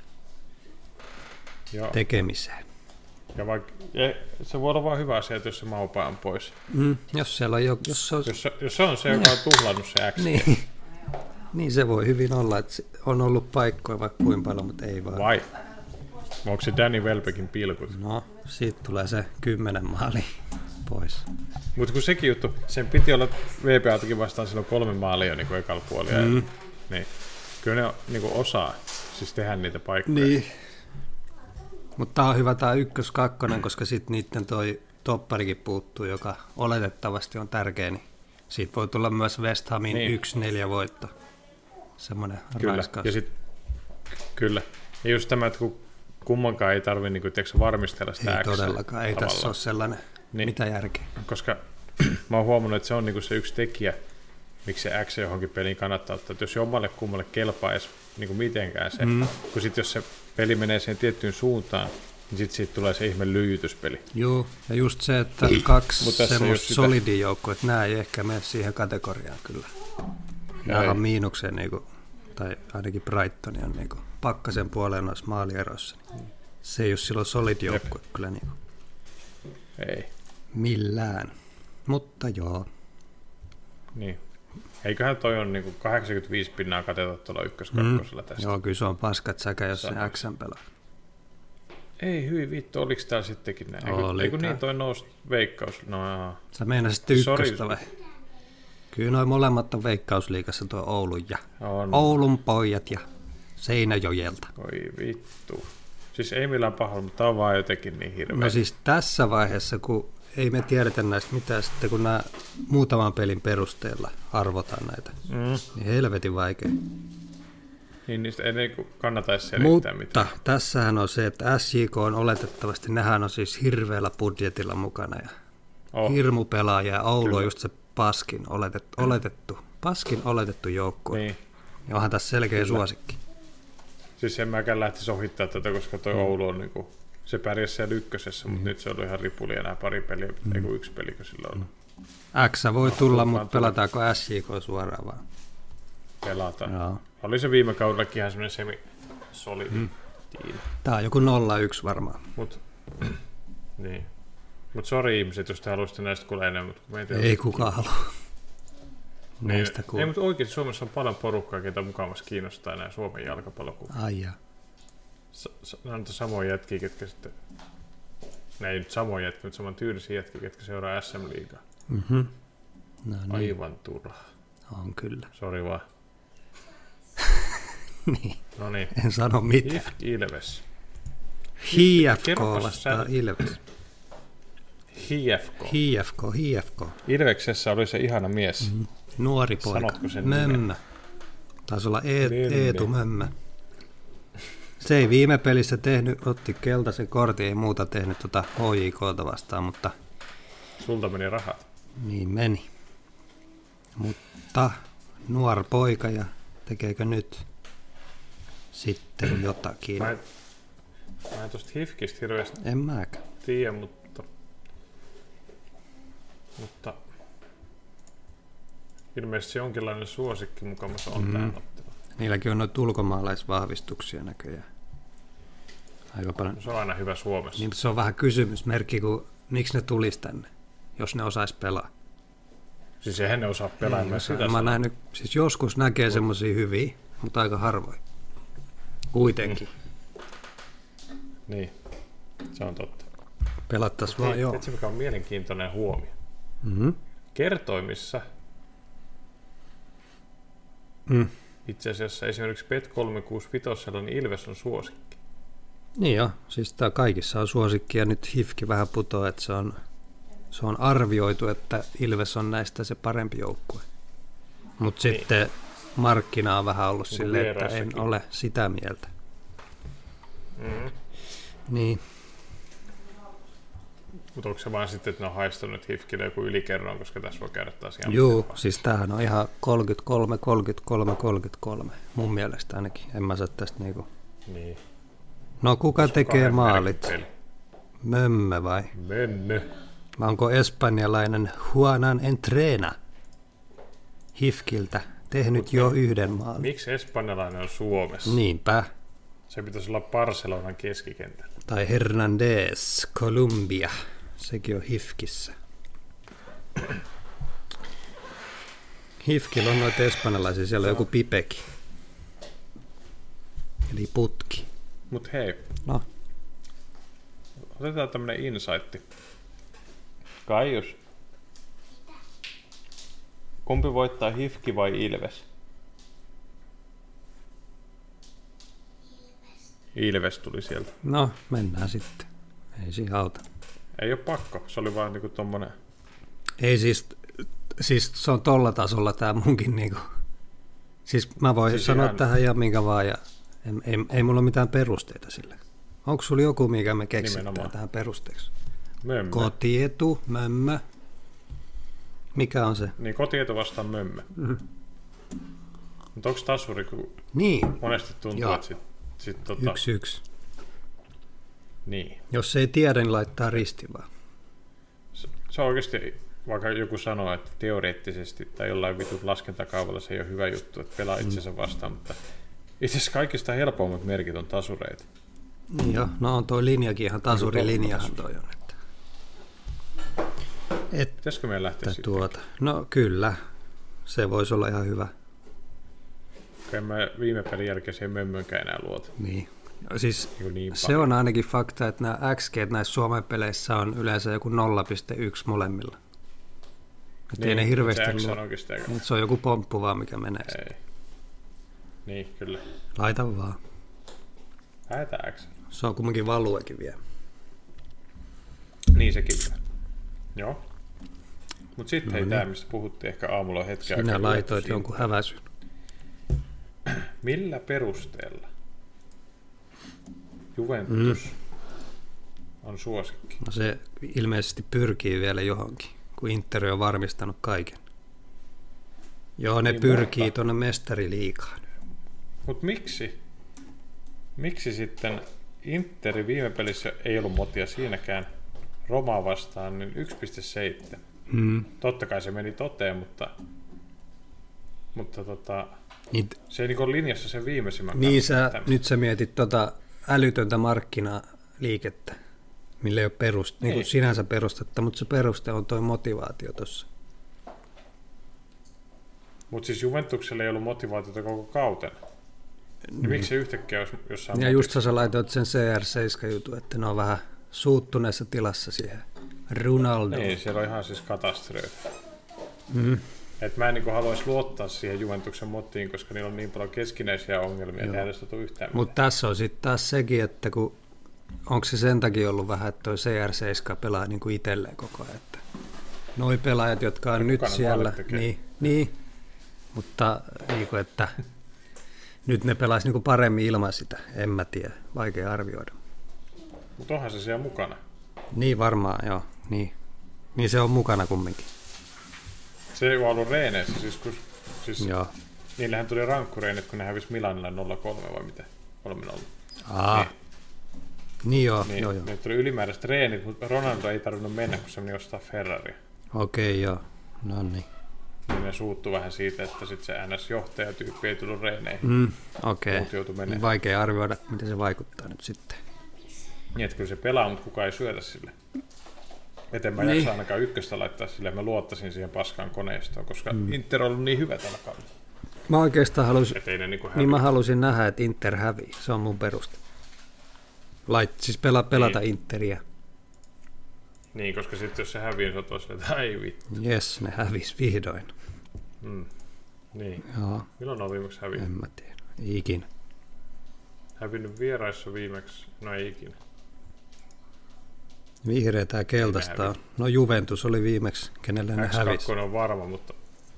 Speaker 2: tekemiseen.
Speaker 1: Ja se voi olla vaan hyvä asia, että jos se Maupa on pois.
Speaker 2: Jos siellä on
Speaker 1: jos se on se, joka on tuhlannut se X.
Speaker 2: Niin se voi hyvin olla, että on ollut paikkoja vaikka kuinka paljon, mutta ei vaan.
Speaker 1: Vai? Onko se Danny Welbeckin pilkut?
Speaker 2: No, siitä tulee se 10 maali pois.
Speaker 1: Mutta kun sekin juttu, sen piti olla VPAtakin vastaan silloin 3 maalia niin kuin ekalla puolella. Niin. Kyllä ne niin kuin osaa siis tehdä niitä paikkoja.
Speaker 2: Niin. Mutta tää on hyvä tää 1-2, koska sitten niiden toi topparikin puuttuu, joka oletettavasti on tärkeä. Niin siitä voi tulla myös West Hamin 1-4 voitto. Semmoinen raiskaus.
Speaker 1: Ja kyllä. Ja just tämä, että kun kummankaan ei tarvitse niin varmistella sitä
Speaker 2: Ei todellakaan, ei
Speaker 1: tavalla.
Speaker 2: Tässä ole sellainen, mitä järkeä.
Speaker 1: Koska mä oon huomannut, että se on niin se yksi tekijä, miksi se X johonkin peliin kannattaa ottaa. Että jos jommalle kummalle kelpaa edes niin mitenkään se, kun sitten jos se peli menee siihen tiettyyn suuntaan, niin sitten siitä tulee se ihme lyijytyspeli.
Speaker 2: Joo, ja just se, että 2 semmoista solidia joukkoa, että nämä ei ehkä mene siihen kategoriaan kyllä. Nämä on miinukseen, niin kuin, tai ainakin Brighton on niin pakkasen puoleen noissa maalieroissa. Se ei ole silloin solid joukkue kyllä niin.
Speaker 1: Ei.
Speaker 2: Millään. Mutta joo.
Speaker 1: Niin. Eiköhän toi on niinku 85 pinnaa katetaan tuolla ykköskakkosella tästä.
Speaker 2: Joo, kyllä se on paskat säkä, jos se X:n pelaa.
Speaker 1: Ei hyi vittu, oliks täällä sittenkin näin?
Speaker 2: Oli
Speaker 1: Niin toi nousi Veikkaus. No,
Speaker 2: sä meinasit ykköstä vai? Kyllä noi molemmat on Veikkausliigassa tuo Oulun ja Oulun pojat ja Seinäjoelta.
Speaker 1: Oi vittu. Siis ei millään pahalla, mutta tää on vaan jotenkin niin hirveä.
Speaker 2: No siis tässä vaiheessa, kun ei me tiedetä näistä mitään, sitten kun nämä muutaman pelin perusteella arvotaan näitä, niin helvetin vaikea.
Speaker 1: Niin niistä ei niinku kannata edes selittää mitään.
Speaker 2: Mutta tässähän on se, että SJK on oletettavasti, nehän on siis hirveällä budjetilla mukana ja hirmupelaaja ja Oulu on just se paskin oletettu joukkue.
Speaker 1: Niin.
Speaker 2: Ja onhan tässä selkeä suosikki.
Speaker 1: Siis en mäkään lähtisi ohittaa tätä, koska toi Oulu on niinku, se pärjäsi siellä ykkösessä, mutta nyt se on ihan ripuli enää pari peliä, ei kun yksi peli, kun sillä on.
Speaker 2: X voi tulla, mutta pelataanko SJK suoraan vaan?
Speaker 1: Pelataan.
Speaker 2: Joo.
Speaker 1: Oli se viime kaudellakin ihan semmoinen semi-solidi tiimi.
Speaker 2: Tää on joku 0-1 varmaan.
Speaker 1: Niin. Mut sori ihmiset, jos te haluaisitte näistä kuulla enemmän.
Speaker 2: Ei kukaan halua. Näistä
Speaker 1: ei, mutta oikeasti Suomessa on paljon porukkaa, ketä mukavasti kiinnostaa nämä Suomen jalkapallokuvat.
Speaker 2: Ai jaa.
Speaker 1: Nämä on samoja jätkiä, ketkä sitten... Ne ei nyt samoja jätkiä, mutta saman tyylisiä jätkiä, ketkä seuraa SM-liigaa.
Speaker 2: No niin.
Speaker 1: Aivan turha.
Speaker 2: On kyllä.
Speaker 1: Sori vaan.
Speaker 2: Niin.
Speaker 1: No niin.
Speaker 2: En sano mitään.
Speaker 1: HIFK Ilves.
Speaker 2: HIFK vastaa Ilves. HIFK.
Speaker 1: Ilveksessä oli se ihana mies.
Speaker 2: Nuori poika.
Speaker 1: Sanotko sen
Speaker 2: Mömmö. Taisi olla Eetu Mömmö. Se ei viime pelissä tehnyt, otti keltaisen kortin, ei muuta tehnyt HJK:ta vastaan, mutta...
Speaker 1: Sulta meni rahat.
Speaker 2: Niin meni. Mutta nuori poika ja tekeekö nyt sitten jotakin?
Speaker 1: Mä en tosta HIFKistä hirveästi
Speaker 2: En mäkään
Speaker 1: tiedä, mutta ilmeisesti jonkinlainen suosikki mukamassa on tähän otteluun.
Speaker 2: Niilläkin on noita ulkomaalaisvahvistuksia näköjään. Aika paljon.
Speaker 1: Se on aina hyvä Suomessa.
Speaker 2: Niin, se on vähän kysymysmerkki, kun miksi ne tulisi tänne, jos ne osais pelaa.
Speaker 1: Siis eihän ne osaa pelaa.
Speaker 2: Mä nähnyt, siis joskus näkee semmosia hyviä, mutta aika harvoin. Kuitenkin.
Speaker 1: Niin, se on totta.
Speaker 2: Pelattais vaan, joo.
Speaker 1: Mikä on mielenkiintoinen huomio. Kertoimissa itse asiassa esimerkiksi Bet365 niin Ilves on suosikki.
Speaker 2: Niin joo, siis tää kaikissa on suosikki ja nyt HIFK vähän putoaa, että se on arvioitu, että Ilves on näistä se parempi joukkue. Mutta sitten markkina on vähän ollut silleen, että en ole sitä mieltä. Niin.
Speaker 1: Mutta onko se vaan sitten, että ne on haistanut HIFKille joku ylikerron, koska tässä voi käydä taas ihan...
Speaker 2: Joo, siis tämähän on ihan 33. Mun mielestä ainakin. En mä saa tästä niinku...
Speaker 1: Niin.
Speaker 2: No kuka tekee maalit? Mömmö vai?
Speaker 1: Mömmö.
Speaker 2: Mä onko espanjalainen Juanan Entrena HIFKiltä tehnyt jo yhden maalin?
Speaker 1: Miksi espanjalainen on Suomessa?
Speaker 2: Niinpä.
Speaker 1: Se pitäisi olla Barcelonan keskikentällä.
Speaker 2: Tai Hernandez, Colombia. Sekin on HIFKissä. HIFKillä on noita espanjalaisia, siellä on joku Pipeki. Eli putki.
Speaker 1: Mut hei.
Speaker 2: No.
Speaker 1: Otetaan tämmönen insightti. Kaius. Kumpi voittaa HIFK vai Ilves? Ilves tuli sieltä.
Speaker 2: No, mennään sitten. Ei siinä auta.
Speaker 1: Ei oo pakko, se oli vaan niinku tommonen...
Speaker 2: Ei siis se on tolla tasolla tää munkin niinku... Siis mä voisin sanoa ihan... tähän ihan minkä vaan ja ei mulla ole mitään perusteita sille. Onko sulla joku, mikä me keksitään tähän perusteeksi?
Speaker 1: Mömmö.
Speaker 2: Kotietu, mömmö. Mikä on se?
Speaker 1: Niin, kotietu vastaan mömmö. Mutta onko tasuri, kun monesti tuntuu, että sit
Speaker 2: 1-1.
Speaker 1: Niin.
Speaker 2: Jos ei tiedä, niin laittaa risti vaan.
Speaker 1: Se on oikeasti, vaikka joku sanoo, että teoreettisesti tai jollain vitut laskentakaavalla se ei ole hyvä juttu, että pelaa itsensä vastaan, mutta itse asiassa kaikista helpommat merkit on tasureita.
Speaker 2: Niin jo, no on toi linjakin ihan tasurilinjahan toi on.
Speaker 1: Pitäisikö meidän lähteä sitten?
Speaker 2: No kyllä, se voisi olla ihan hyvä.
Speaker 1: En mä viime pelin jälkeen siihen mömmönkään enää luota.
Speaker 2: Niin. Siis
Speaker 1: niin
Speaker 2: se on ainakin fakta, että nämä XG näissä Suomen peleissä on yleensä joku 0,1 molemmilla. Että ei ne hirveästi luo. Se on joku pomppu vaan, mikä menee.
Speaker 1: Ei. Niin, kyllä.
Speaker 2: Laita vaan.
Speaker 1: Lähetään X.
Speaker 2: Se on kumminkin valuekin vielä.
Speaker 1: Niin sekin. Joo. Mut sitten hei tää, mistä puhuttiin ehkä aamulla hetken aikaa.
Speaker 2: Sinä laitoit jonkun häväsyn.
Speaker 1: Millä perusteella Juventus on suosikki?
Speaker 2: No se ilmeisesti pyrkii vielä johonkin, kun Inter on varmistanut kaiken. Joo, ne niin, pyrkii tuonne mestariliigaan.
Speaker 1: Mutta miksi? Miksi sitten Interin viime pelissä ei ollut motia siinäkään Romaa vastaan, niin 1,7. Totta kai se meni toteen, mutta se ei niin ole linjassa sen viimeisimmän
Speaker 2: niin nyt sä mietit älytöntä markkinaliikettä, millä ei ole niin sinänsä perustetta, mutta se peruste on toi motivaatio tuossa.
Speaker 1: Mutta siis Juventuksella ei ollut motivaatiota koko kauten. Niin miksi se yhtäkkiä olisi jossain...
Speaker 2: Ja just sä laitoit sen CR7-jutun, että ne on vähän suuttuneessa tilassa siihen Ronaldo.
Speaker 1: Niin, siellä on ihan siis katastrofi. Et mä en niin haluaisi luottaa siihen Juventuksen motiin, koska niillä on niin paljon keskinäisiä ongelmia, että ei tästä tule yhtään.
Speaker 2: Mutta tässä on sitten taas sekin, että onko se sen takia ollut vähän, että toi CR7 pelaa niin kuin itselleen koko ajan. Että noi pelaajat, jotka on nyt siellä, niin, mutta niin kuin, että nyt ne pelaisi niin kuin paremmin ilman sitä, en mä tiedä, vaikea arvioida.
Speaker 1: Mutta onhan se siellä mukana.
Speaker 2: Niin varmaan, joo, niin se on mukana kumminkin.
Speaker 1: Se ei ole ollut reeneissä, siis niillähän tuli rankkureenit, kun ne hävisi Milanilla 0-3 vai mitä, 3-0.
Speaker 2: Niin joo.
Speaker 1: Ne tuli ylimääräiset reenit, mutta Ronaldo ei tarvinnut mennä, kun se meni ostaa Ferraria.
Speaker 2: Okei, joo, no niin.
Speaker 1: Niin ne suuttui vähän siitä, että sitten se NS-johtajatyyppi ei tullut reeneihin.
Speaker 2: Okei, vaikea arvioida, miten se vaikuttaa nyt sitten.
Speaker 1: Niin, että kyllä se pelaa, mutta kukaan ei syötä sille. Etten mä jaksa ainakaan ykköstä laittaa sille, mä luottaisin siihen paskaan koneistoon, koska Inter on ollut niin hyvä tällä kaudella.
Speaker 2: Mä oikeastaan halusin nähdä, että Inter hävii, se on mun peruste. Siis pelata Interiä.
Speaker 1: Niin, koska sitten jos se hävii, niin sä oot vaan että ai vittu.
Speaker 2: Jes, ne hävisi vihdoin.
Speaker 1: Niin.
Speaker 2: Joo.
Speaker 1: Milloin on viimeksi hävinnyt?
Speaker 2: En mä tiedä, ikinä.
Speaker 1: Hävinnyt vieraissa viimeksi? No ei ikinä.
Speaker 2: Vihreätä ja keltaista on. No Juventus oli viimeksi, kenelle ne hävisi.
Speaker 1: X2 on varma, mutta...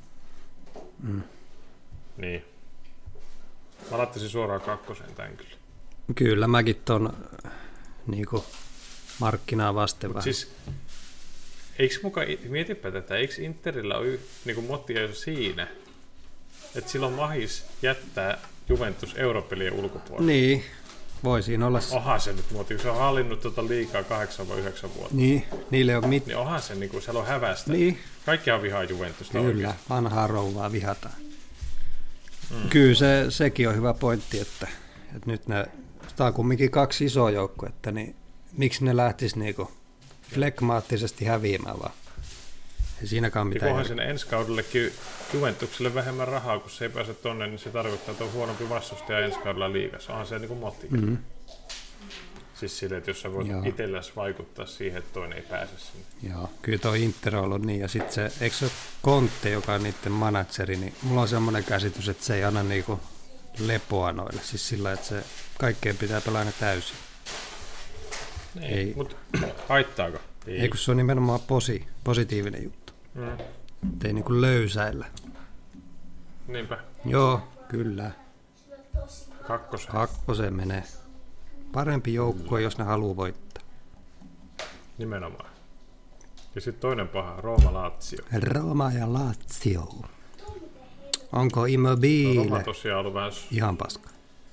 Speaker 1: Niin. Mä laittaisin suoraan 2 tämän kyllä.
Speaker 2: Kyllä, mäkin ton niinku markkinaa vasten vähän.
Speaker 1: Siis, mietipä tätä, eikö Interillä ole niinku motia siinä, että silloin mahis jättää Juventus europelien ulkopuolelle?
Speaker 2: Niin, voi siinä olla.
Speaker 1: Onhan se nyt motia, se on hallinnut liikaa 8 vai 9 vuotta.
Speaker 2: Niin, niille on
Speaker 1: niin onhan se, niinku, siellä on hävästä.
Speaker 2: Niin.
Speaker 1: Kaikkihan vihaa Juventusta
Speaker 2: kyllä, oikeasti. Vanhaa rouvaa vihataan. Kyllä sekin on hyvä pointti, että nyt tämä on kumminkin 2 isoa joukkuetta, niin miksi ne lähtis niinku flegmaattisesti häviämään vaan? Ei siinäkään mitään.
Speaker 1: Onhan sen ensi kaudellekin Juventukselle vähemmän rahaa, kun se ei pääse tonne, niin se tarkoittaa, että on huonompi vastustaja ensi kaudella liigassa. Onhan se niinku motiivi. Siis silleen, että jos sä voit itselläsi vaikuttaa siihen, että toinen ei pääse sinne. Joo,
Speaker 2: kyllä tuo Inter on ollut niin. Ja sitten se, eikö se ole Conte, joka on niiden manageri, niin mulla on semmoinen käsitys, että se ei anna niinku lepoa noille. Siis sillä, että se kaikkeen pitää pelaa aina täysin.
Speaker 1: Ei. Mutta haittaako?
Speaker 2: Ei, kun se on nimenomaan positiivinen juttu. Ei niinku löysäillä.
Speaker 1: Niinpä.
Speaker 2: Joo, kyllä.
Speaker 1: 2.
Speaker 2: 2 menee. Parempi joukkue, jos ne haluaa voittaa.
Speaker 1: Nimenomaan. Ja sitten toinen paha, Rooma-Lazio.
Speaker 2: Roma ja Lazio. Onko Immobile?
Speaker 1: Roma tosiaan ollut vähän...
Speaker 2: Ihan paska.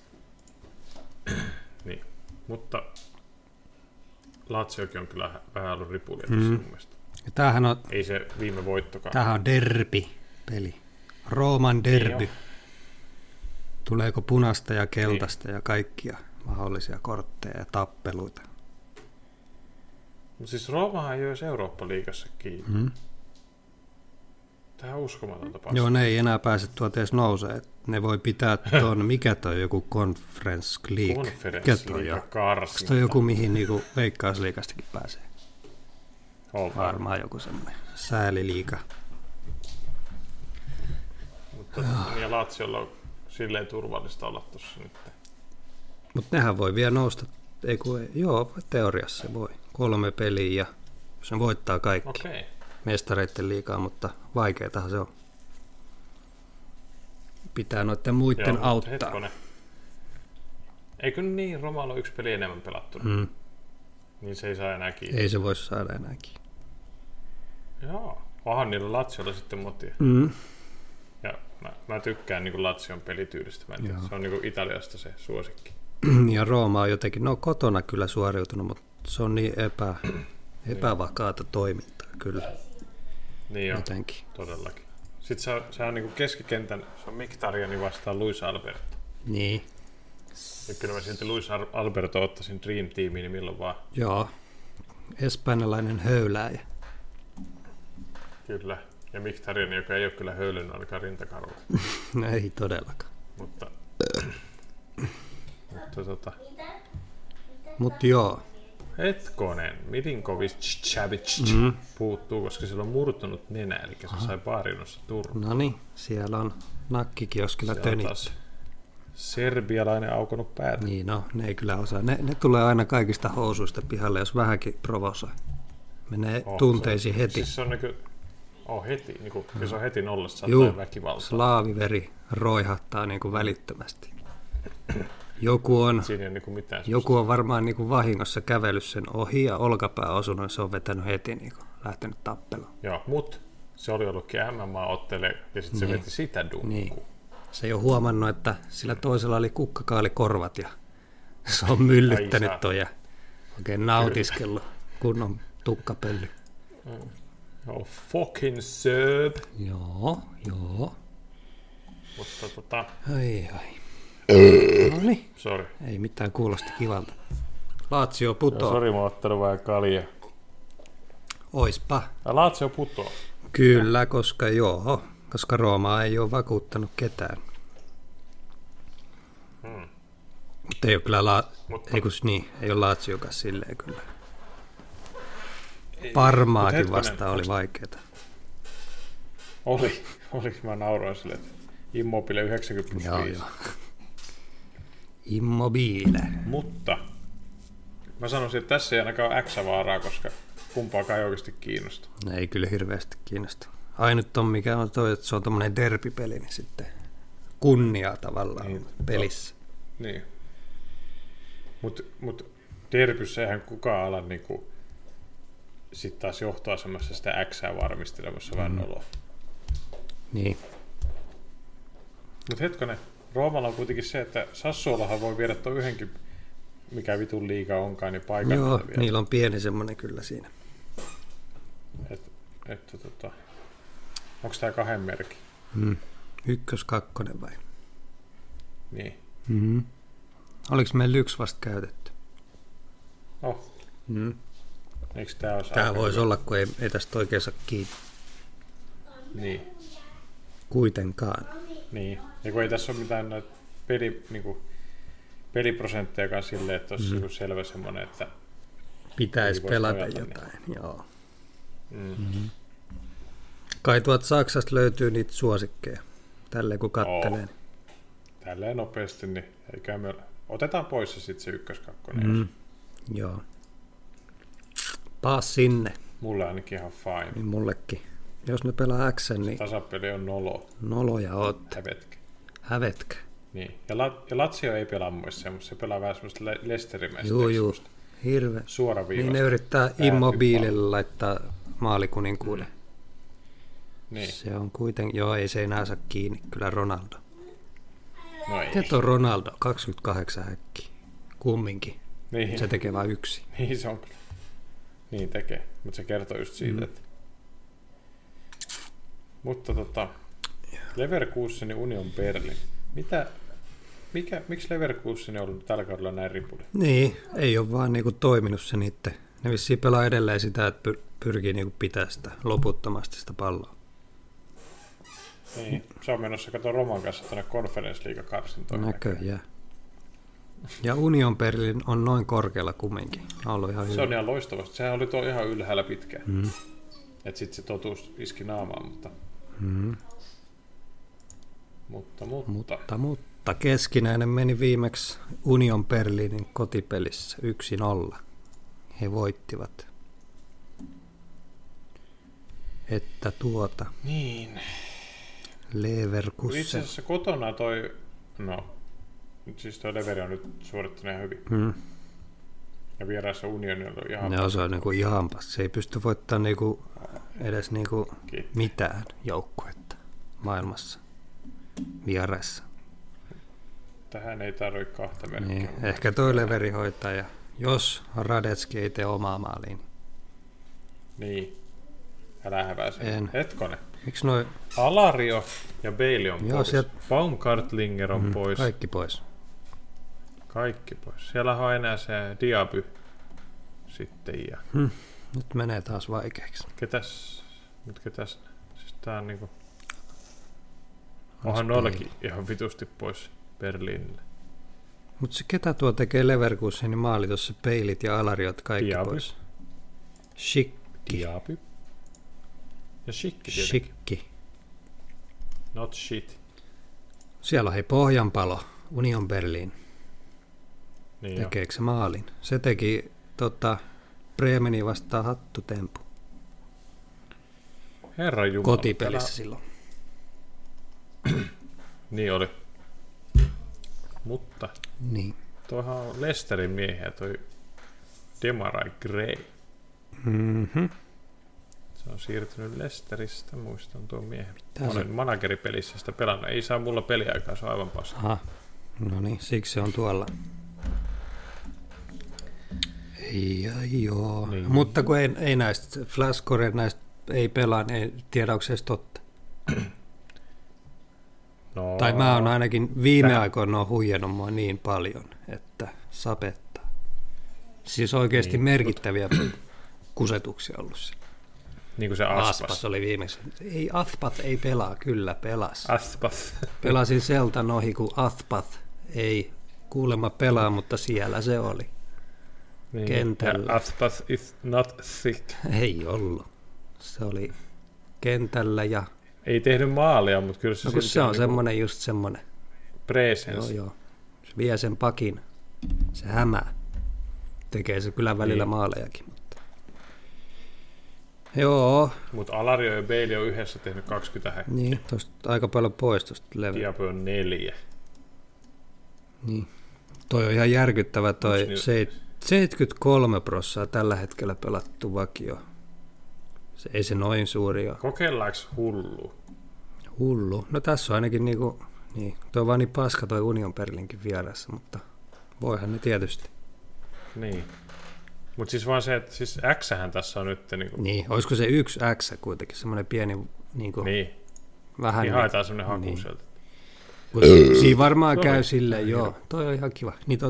Speaker 1: Niin, mutta Laziokin on kyllä vähän ollut ripulia tässä mun mielestä.
Speaker 2: Tämähän on...
Speaker 1: Ei se viime voittokaan.
Speaker 2: Tämähän on derby-peli. Rooman derby. Niin tuleeko punaista ja keltaista ja kaikkia mahdollisia kortteja ja tappeluita.
Speaker 1: Mutta siis Roomahan ei ole edes Eurooppa-liigassa kiinni. Tämä on uskomatonta paskaa.
Speaker 2: Joo, ne ei enää pääse tuolta edes nousee. Ne voi pitää tuon, mikä toi joku Conference League.
Speaker 1: Conference League karsinta.
Speaker 2: Onko toi joku, mihin niinku Veikkausliigastakin pääsee?
Speaker 1: Varmaan
Speaker 2: joku semmoinen sääliliiga.
Speaker 1: Mutta ja Laziolla on silleen turvallista olla tuossa nyt.
Speaker 2: Mutta nehän voi vielä nousta. Joo, teoriassa se voi. 3 peliä ja se voittaa kaikki.
Speaker 1: Okay.
Speaker 2: Mestareiden liigaa, mutta vaikeetahan se on. Pitää noiden muiden auttaa.
Speaker 1: Hetkonen. Eikö niin, Romalla on 1 peli enemmän pelattuna? Niin se ei saa enää kiinni.
Speaker 2: Ei se voi saada enää kiinni.
Speaker 1: Joo, onhan niillä Laziolla sitten motia. Ja mä tykkään niin Lazion pelityylistä. Se on niin Italiasta se suosikki.
Speaker 2: Ja Rooma on jotenkin, kotona kyllä suoriutunut, mutta se on niin epävakaata toimintaa kyllä.
Speaker 1: Niin on,
Speaker 2: jotenkin.
Speaker 1: Todellakin. Sitten se on niin keskikentän, se on Mkhitaryan vastaan Luis Alberto.
Speaker 2: Niin.
Speaker 1: Ja kyllä mä silti Luis Alberto ottaisin Dream Teamiin, niin milloin vaan.
Speaker 2: Joo, espanjalainen höylääjä.
Speaker 1: Kyllä, ja Mkhitaryan, joka ei ole kyllä höylynyt ainakaan rintakarvalla.
Speaker 2: Ei todellakaan.
Speaker 1: Mutta
Speaker 2: joo.
Speaker 1: Hetkonen, Milinkovic-Savic puuttuu, koska sillä on murtunut nenä, eli se sai baarinossa turun.
Speaker 2: No niin, siellä on nakkikioskilla tönitty.
Speaker 1: Serbialainen aukonut päätä.
Speaker 2: Niin ne ei kyllä osaa. Ne tulee aina kaikista housuista pihalle, jos vähänkin provosoi. Menee tunteisiin heti.
Speaker 1: Siis se on heti, se on heti nollassa tai väkivaltaa.
Speaker 2: Slaaviveri roihahtaa välittömästi. Joku on varmaan vahingossa kävellyt sen ohi ja olkapää osunut, se on vetänyt heti lähtenyt tappeluun.
Speaker 1: Joo, mutta se oli ollutkin MMA-ottele ja sitten se veti sitä dunkkuun. Niin.
Speaker 2: Se ei ole huomannut, että sillä toisella oli kukkakaalikorvat ja se on myllyttänyt toi ja oikein nautiskellut kunnon tukkapölly.
Speaker 1: Joo, fucking Serb.
Speaker 2: Joo.
Speaker 1: Mutta
Speaker 2: Ai. Noniin.
Speaker 1: Sori.
Speaker 2: Ei mitään, kuulosti kivalta. Lazio putoo.
Speaker 1: Sori, mä oon ottanut vähän kaljaa.
Speaker 2: Oispa.
Speaker 1: Lazio putoo.
Speaker 2: Kyllä, koska Rooma ei ole vakuuttanut ketään. Mutta ei ole kyllä ei ole Laziokaan silleen kyllä. Parmaakin vastaan oli vaikeeta.
Speaker 1: Oli. Mä nauroin silleen, että Immobile 90+5.
Speaker 2: Joo. Immobile.
Speaker 1: Mutta mä sanoisin, että tässä ei ainakaan ole X-vaaraa, koska kumpaakaan ei oikeasti kiinnosta.
Speaker 2: No ei kyllä hirveästi kiinnosta. Ainut on mikä on toi, että se on tommonen derbypeli, niin sitten kunniaa tavallaan pelissä.
Speaker 1: Niin. Mut derbyssä eihän kukaan ala sitten taas johtoasemassa sitä X:ää varmistelemassa vähän noloa.
Speaker 2: Niin.
Speaker 1: Mut hetkonen, Roomalla on kuitenkin se, että Sassuolahan voi viedä tuon yhdenkin, mikä vitun liiga onkaan, niin paikan.
Speaker 2: Joo, niillä on pieni semmonen kyllä siinä.
Speaker 1: Onko tää 2 merkki?
Speaker 2: 1, 2 vai?
Speaker 1: Niin.
Speaker 2: Oliko meillä 1 vasta käytetty?
Speaker 1: Eikö tää olisi
Speaker 2: tää voisi olla, kun ei tästä oikein saa kiinni.
Speaker 1: Niin.
Speaker 2: Kuitenkaan.
Speaker 1: Niin. Ja kun ei tässä ole mitään näitä peliprosenttejakaan silleen, että olisi selvä semmoinen, että
Speaker 2: pitäisi pelata jotain. Niin. Joo. Kai tuolta Saksasta löytyy niitä suosikkeja. Tälleen kun kattelee.
Speaker 1: Tälleen nopeasti, niin eikä me otetaan pois se sitten se 1, 2.
Speaker 2: Joo. Paas sinne.
Speaker 1: Mulle ainakin ihan fine.
Speaker 2: Niin mullekin. Jos ne pelaa X, niin
Speaker 1: tasapeli on
Speaker 2: noloja ootte. Hävetkä.
Speaker 1: Niin. Ja Lazio ei pelaa muissa semmoista. Se pelaa vähän semmoista Leicesterimäistä.
Speaker 2: Joo. Hirveä.
Speaker 1: Suoraviivasta.
Speaker 2: Niin ne yrittää Immobilelle laittaa maalikuninkuuden.
Speaker 1: Niin.
Speaker 2: Se on kuitenkin, ei se enää saa kiinni. Kyllä Ronaldo.
Speaker 1: No ei.
Speaker 2: Tieto Ronaldo, 28 häkkiä. Kumminkin.
Speaker 1: Niin.
Speaker 2: Se tekee vain 1.
Speaker 1: Niin se on kyllä. Niin tekee. Mutta se kertoo just siitä, että Mutta Leverkusenin Union Berlin. miksi Leverkusen on ollut tällä kaudella näin ripuli?
Speaker 2: Niin, ei ole vaan niinku toiminut se niitten. Ne vissiin pelaa edelleen sitä, että pyrkii niinku pitää sitä loputtomasti sitä palloa.
Speaker 1: Niin, se on menossa kato Roman kanssa tuonne Conference-liiga-karsintoon.
Speaker 2: Näköjään. Ja Union Berlin on noin korkealla kumminkin. On ihan
Speaker 1: se on ihan loistavasti. Sehän oli tuo ihan ylhäällä pitkään. Että sitten se totuus iski naamaan,
Speaker 2: mutta keskinäinen meni viimeksi Union Berlinin kotipelissä 1-0. He voittivat. Että
Speaker 1: Niin.
Speaker 2: Leverkusen.
Speaker 1: Itse asiassa kotona toi, siis toi Leveri on nyt suorittanut ihan hyvin. Ja vieraassa Unioni on ihan
Speaker 2: No, se on niinku ihan pas. Se ei pysty voittamaan niinku edes niinku mitään joukkuetta maailmassa vieraissa.
Speaker 1: Tähän ei tarvitse kahta merkkiä.
Speaker 2: Niin, ehkä toi Leveri hoitaa, ja jos Radetski ei tee omaa maaliin.
Speaker 1: Niin. Älä häväise. Hetkonen.
Speaker 2: Miksi noi?
Speaker 1: Alario ja Bailey on pois.
Speaker 2: Sieltä...
Speaker 1: Baumgartlinger on pois.
Speaker 2: Kaikki pois.
Speaker 1: Kaikki pois. Siellä on enää se Diaby sitten. Ja...
Speaker 2: Nyt menee taas vaikeaksi.
Speaker 1: Ketäs? Siis tää on niinku... Onhan noillakin ihan vitusti pois Berliinille.
Speaker 2: Mut se ketä tuo tekee Leverkusenin maali tuossa, Peilit ja Alariot kaikki
Speaker 1: Diaby.
Speaker 2: Pois.
Speaker 1: Diaby. Ja
Speaker 2: Shikki.
Speaker 1: Not shit.
Speaker 2: Siellä on hei Pohjanpalo, Union Berlin.
Speaker 1: Niin
Speaker 2: tekeekö se maalin? Se teki Bremeni vastaan hattutempu.
Speaker 1: Herra Jumala.
Speaker 2: Kotipelissä silloin.
Speaker 1: Niin oli. Mutta
Speaker 2: niin.
Speaker 1: Tuohan on Leicesterin miehiä, toi Demarai Gray. Se on siirtynyt Leicesteristä, muistan tuon miehen. Olen manageripelissä sitä pelannut. Ei saa mulla peliaikaa, se on aivan paska.
Speaker 2: Aha. No niin, siksi se on tuolla. Joo. Niin. Mutta kun ei näistä, Flashcore näistä ei pelaa, niin ei tiedä, onko se edes totta.
Speaker 1: No,
Speaker 2: tai mä oon ainakin viime aikoina huijannut mua niin paljon, että sapettaa. Siis oikeasti niin, merkittäviä kusetuksia ollut siellä.
Speaker 1: Niin kuin se Aspas
Speaker 2: oli viimeksi. Ei, Aspas ei pelaa, kyllä pelas.
Speaker 1: Aspas.
Speaker 2: Pelasin Seltan ohi, kun Aspas ei kuulemma pelaa, mutta siellä se oli.
Speaker 1: Niin,
Speaker 2: kentällä.
Speaker 1: Aspas is not sick.
Speaker 2: Ei ollut. Se oli kentällä ja...
Speaker 1: Ei tehnyt maalia, mutta kyllä se...
Speaker 2: No kun se on semmoinen, just semmoinen.
Speaker 1: Presence.
Speaker 2: Joo. Se vie sen pakin. Se hämää. Tekee se kyllä välillä niin. Maalejakin, mutta... Joo.
Speaker 1: Mutta Alario ja Bailey on yhdessä tehnyt 20 häkkiä.
Speaker 2: Niin, tosta aika paljon pois tosta leveä.
Speaker 1: Diaby on 4.
Speaker 2: Niin. Toi on ihan järkyttävä toi 73% tällä hetkellä pelattu vakio. Se ei se noin suuri ole.
Speaker 1: Kokeillaanko
Speaker 2: Hullu. No tässä on ainakin niinku, niin, toi on vaan niin paska toi Union Berlinkin vieressä, mutta voihan ne tietysti.
Speaker 1: Niin. Mutta siis vaan se, että siis X-hän tässä on nyt niinku...
Speaker 2: Niin, olisiko se yksi X kuitenkin, semmoinen pieni niinku...
Speaker 1: Niin.
Speaker 2: Vähän
Speaker 1: niin haetaan semmoinen haku
Speaker 2: niin.
Speaker 1: sieltä.
Speaker 2: Siinä varmaan käy silleen, joo. Toi on ihan kiva. Niin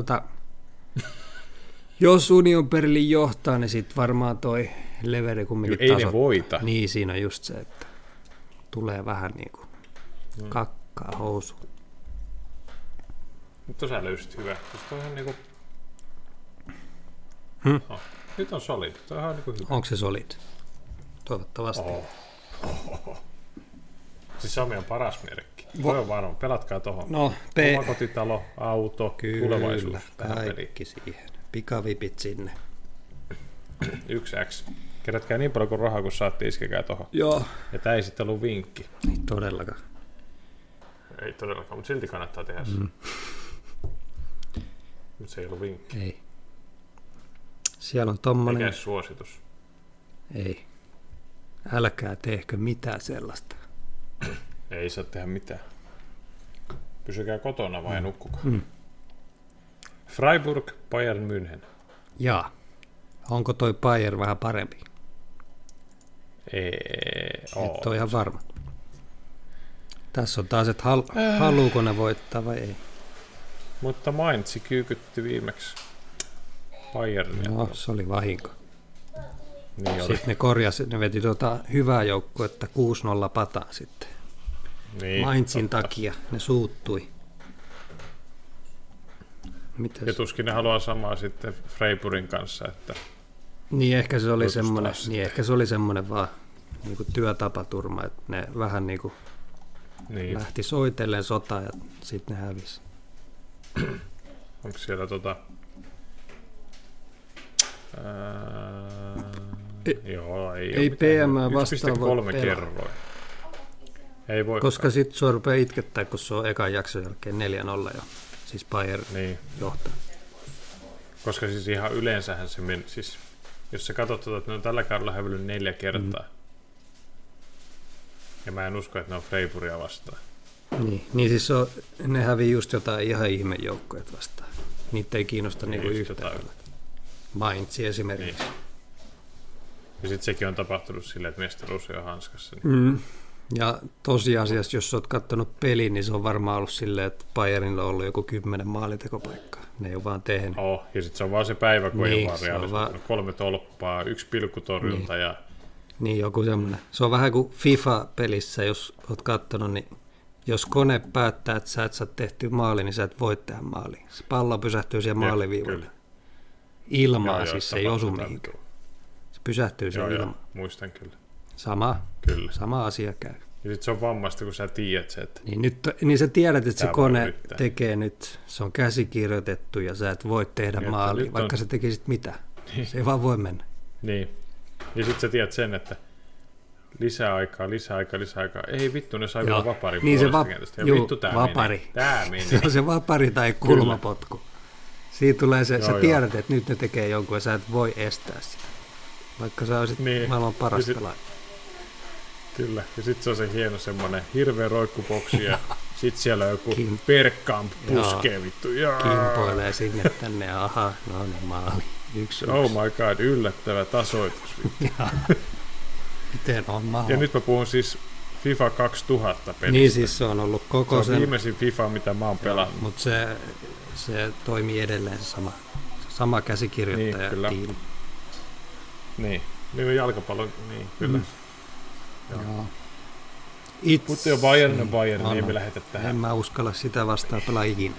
Speaker 2: jos Union Berlin johtaa, niin sit varmaan toi Leveri kumminkin
Speaker 1: tasoittaa. Ei ne voita.
Speaker 2: Niin, siinä on just se, että tulee vähän niinku kakkaa housuun.
Speaker 1: Nyt sä löysit hyvä. Toi on niinku... Nyt on solid. Toi on niinku hyvä.
Speaker 2: Onko se solid? Toivottavasti.
Speaker 1: Siis se on meidän paras merkki. Toi on varma. Pelatkaa tohon.
Speaker 2: No,
Speaker 1: omakotitalo, auto,
Speaker 2: kyllä,
Speaker 1: tulevaisuus.
Speaker 2: Kaikki siihen. Pikavipit sinne.
Speaker 1: 1x. Kerätkää niin paljon kuin rahaa, kun saatte, iskekää tohon.
Speaker 2: Joo.
Speaker 1: Ja tää ei sitten ollut vinkki.
Speaker 2: Ei todellakaan.
Speaker 1: Ei todellakaan, mutta silti kannattaa tehdä se. Mutta se ei ollut vinkki.
Speaker 2: Ei. Siellä on tommonen...
Speaker 1: Mikä suositus?
Speaker 2: Ei. Älkää tehkö mitään sellaista.
Speaker 1: Ei saa tehdä mitään. Pysykää kotona vai nukkukaa. Freiburg, Bayern München.
Speaker 2: Jaa. Onko toi Bayern vähän parempi? Et ole ihan varma. Tässä on taas, että haluuko ne voittaa vai ei.
Speaker 1: Mutta Mainz kyykytti viimeksi Bayernia.
Speaker 2: Joo, se oli vahinko.
Speaker 1: Niin
Speaker 2: sitten ne korjasi, ne veti hyvää joukkuetta 6-0 pataan sitten.
Speaker 1: Niin,
Speaker 2: Mainzin takia ne suuttui. Mites?
Speaker 1: Ja tuskin ne haluaa samaa sitten Freiburgin kanssa, että
Speaker 2: Niin ehkä se oli semmoinen vaan niinku työtapaturma, että ne vähän niinku lähti soitellen sotaan ja sitten ne hävisi.
Speaker 1: Onko siellä joo,
Speaker 2: ei PM vastaava
Speaker 1: 1,3 kerroin. Ei voi.
Speaker 2: Koska sitten se rupeaa itkettää, kun se on ekan jakson jälkeen 4-0 jo. Siis Bayern johtaa.
Speaker 1: Koska siis ihan yleensähän se meni, siis jos sä katsot, että ne on tällä kaudella hävellyt 4 kertaa. Ja mä en usko, että ne on Freiburgia vastaan.
Speaker 2: Niin siis ne hävii just jotain ihan ihmejoukkoja vastaan. Niitä ei kiinnosta niinku yhtään. Mainz esimerkiksi.
Speaker 1: Niin. Ja sitten sekin on tapahtunut silleen, että mestaruus on hanskassa. Niin.
Speaker 2: Ja tosiasiassa, jos olet katsonut pelin, niin se on varmaan ollut silleen, että Bayernilla on ollut joku 10 maalintekopaikkaa. Ne ei ole vaan tehnyt.
Speaker 1: Ja sitten se on vaan se päivä, kun ei ole vaan realisoitunut. 3 tolppaa, 1 pilkkutorjunta ja...
Speaker 2: Niin, joku semmoinen. Se on vähän kuin FIFA-pelissä, jos olet katsonut, niin jos kone päättää, että sä et saa tehtyä maali, niin sä et voi tehdä maaliin. Se pallo pysähtyy siihen maaliviivalle. Ilmaa, siis se ei osu mihinkään. Se pysähtyy siihen ilmaan.
Speaker 1: Muistan kyllä.
Speaker 2: Sama asia käy.
Speaker 1: Ja sitten se on vammaista, kun sä tiedät se, että...
Speaker 2: Niin sä tiedät, että se kone tekee nyt, se on käsikirjoitettu ja sä et voi tehdä maalia, vaikka sä tekisit mitä. Niin. Se ei vaan voi mennä. Niin.
Speaker 1: Ja sitten sä tiedät sen, että lisäaikaa. Ei vittu, ne sai vielä vapari puolesta kentästä. Vittu,
Speaker 2: vapari.
Speaker 1: Tää meni.
Speaker 2: Se on se vapari tai kulmapotku. Siitä tulee se, sä tiedät, että nyt ne tekee jonkun ja sä et voi estää sitä. Vaikka sä olisit maailman paras pelaaja.
Speaker 1: Kyllä, ja sitten se on se hieno semmoinen hirveä roikkuboksi ja sitten siellä on joku Bergkamp puskee vittu.
Speaker 2: Kimpoilee sinne tänne ja aha, no niin maali. 1-1.
Speaker 1: Oh my god, yllättävä tasoitus.
Speaker 2: Miten on mahdollista?
Speaker 1: Ja nyt mä puhun siis FIFA 2000 pelistä.
Speaker 2: Niin siis se on ollut koko
Speaker 1: se on viimeisin FIFA, mitä mä oon pelannut.
Speaker 2: Mutta se toimii edelleen se sama käsikirjoittaja tiimi.
Speaker 1: Niin on jalkapallon, niin kyllä.
Speaker 2: Joo.
Speaker 1: Mutta jo Bayern, niin ei me lähetä tähän.
Speaker 2: En mä uskalla sitä vastaan pelaa ikinä.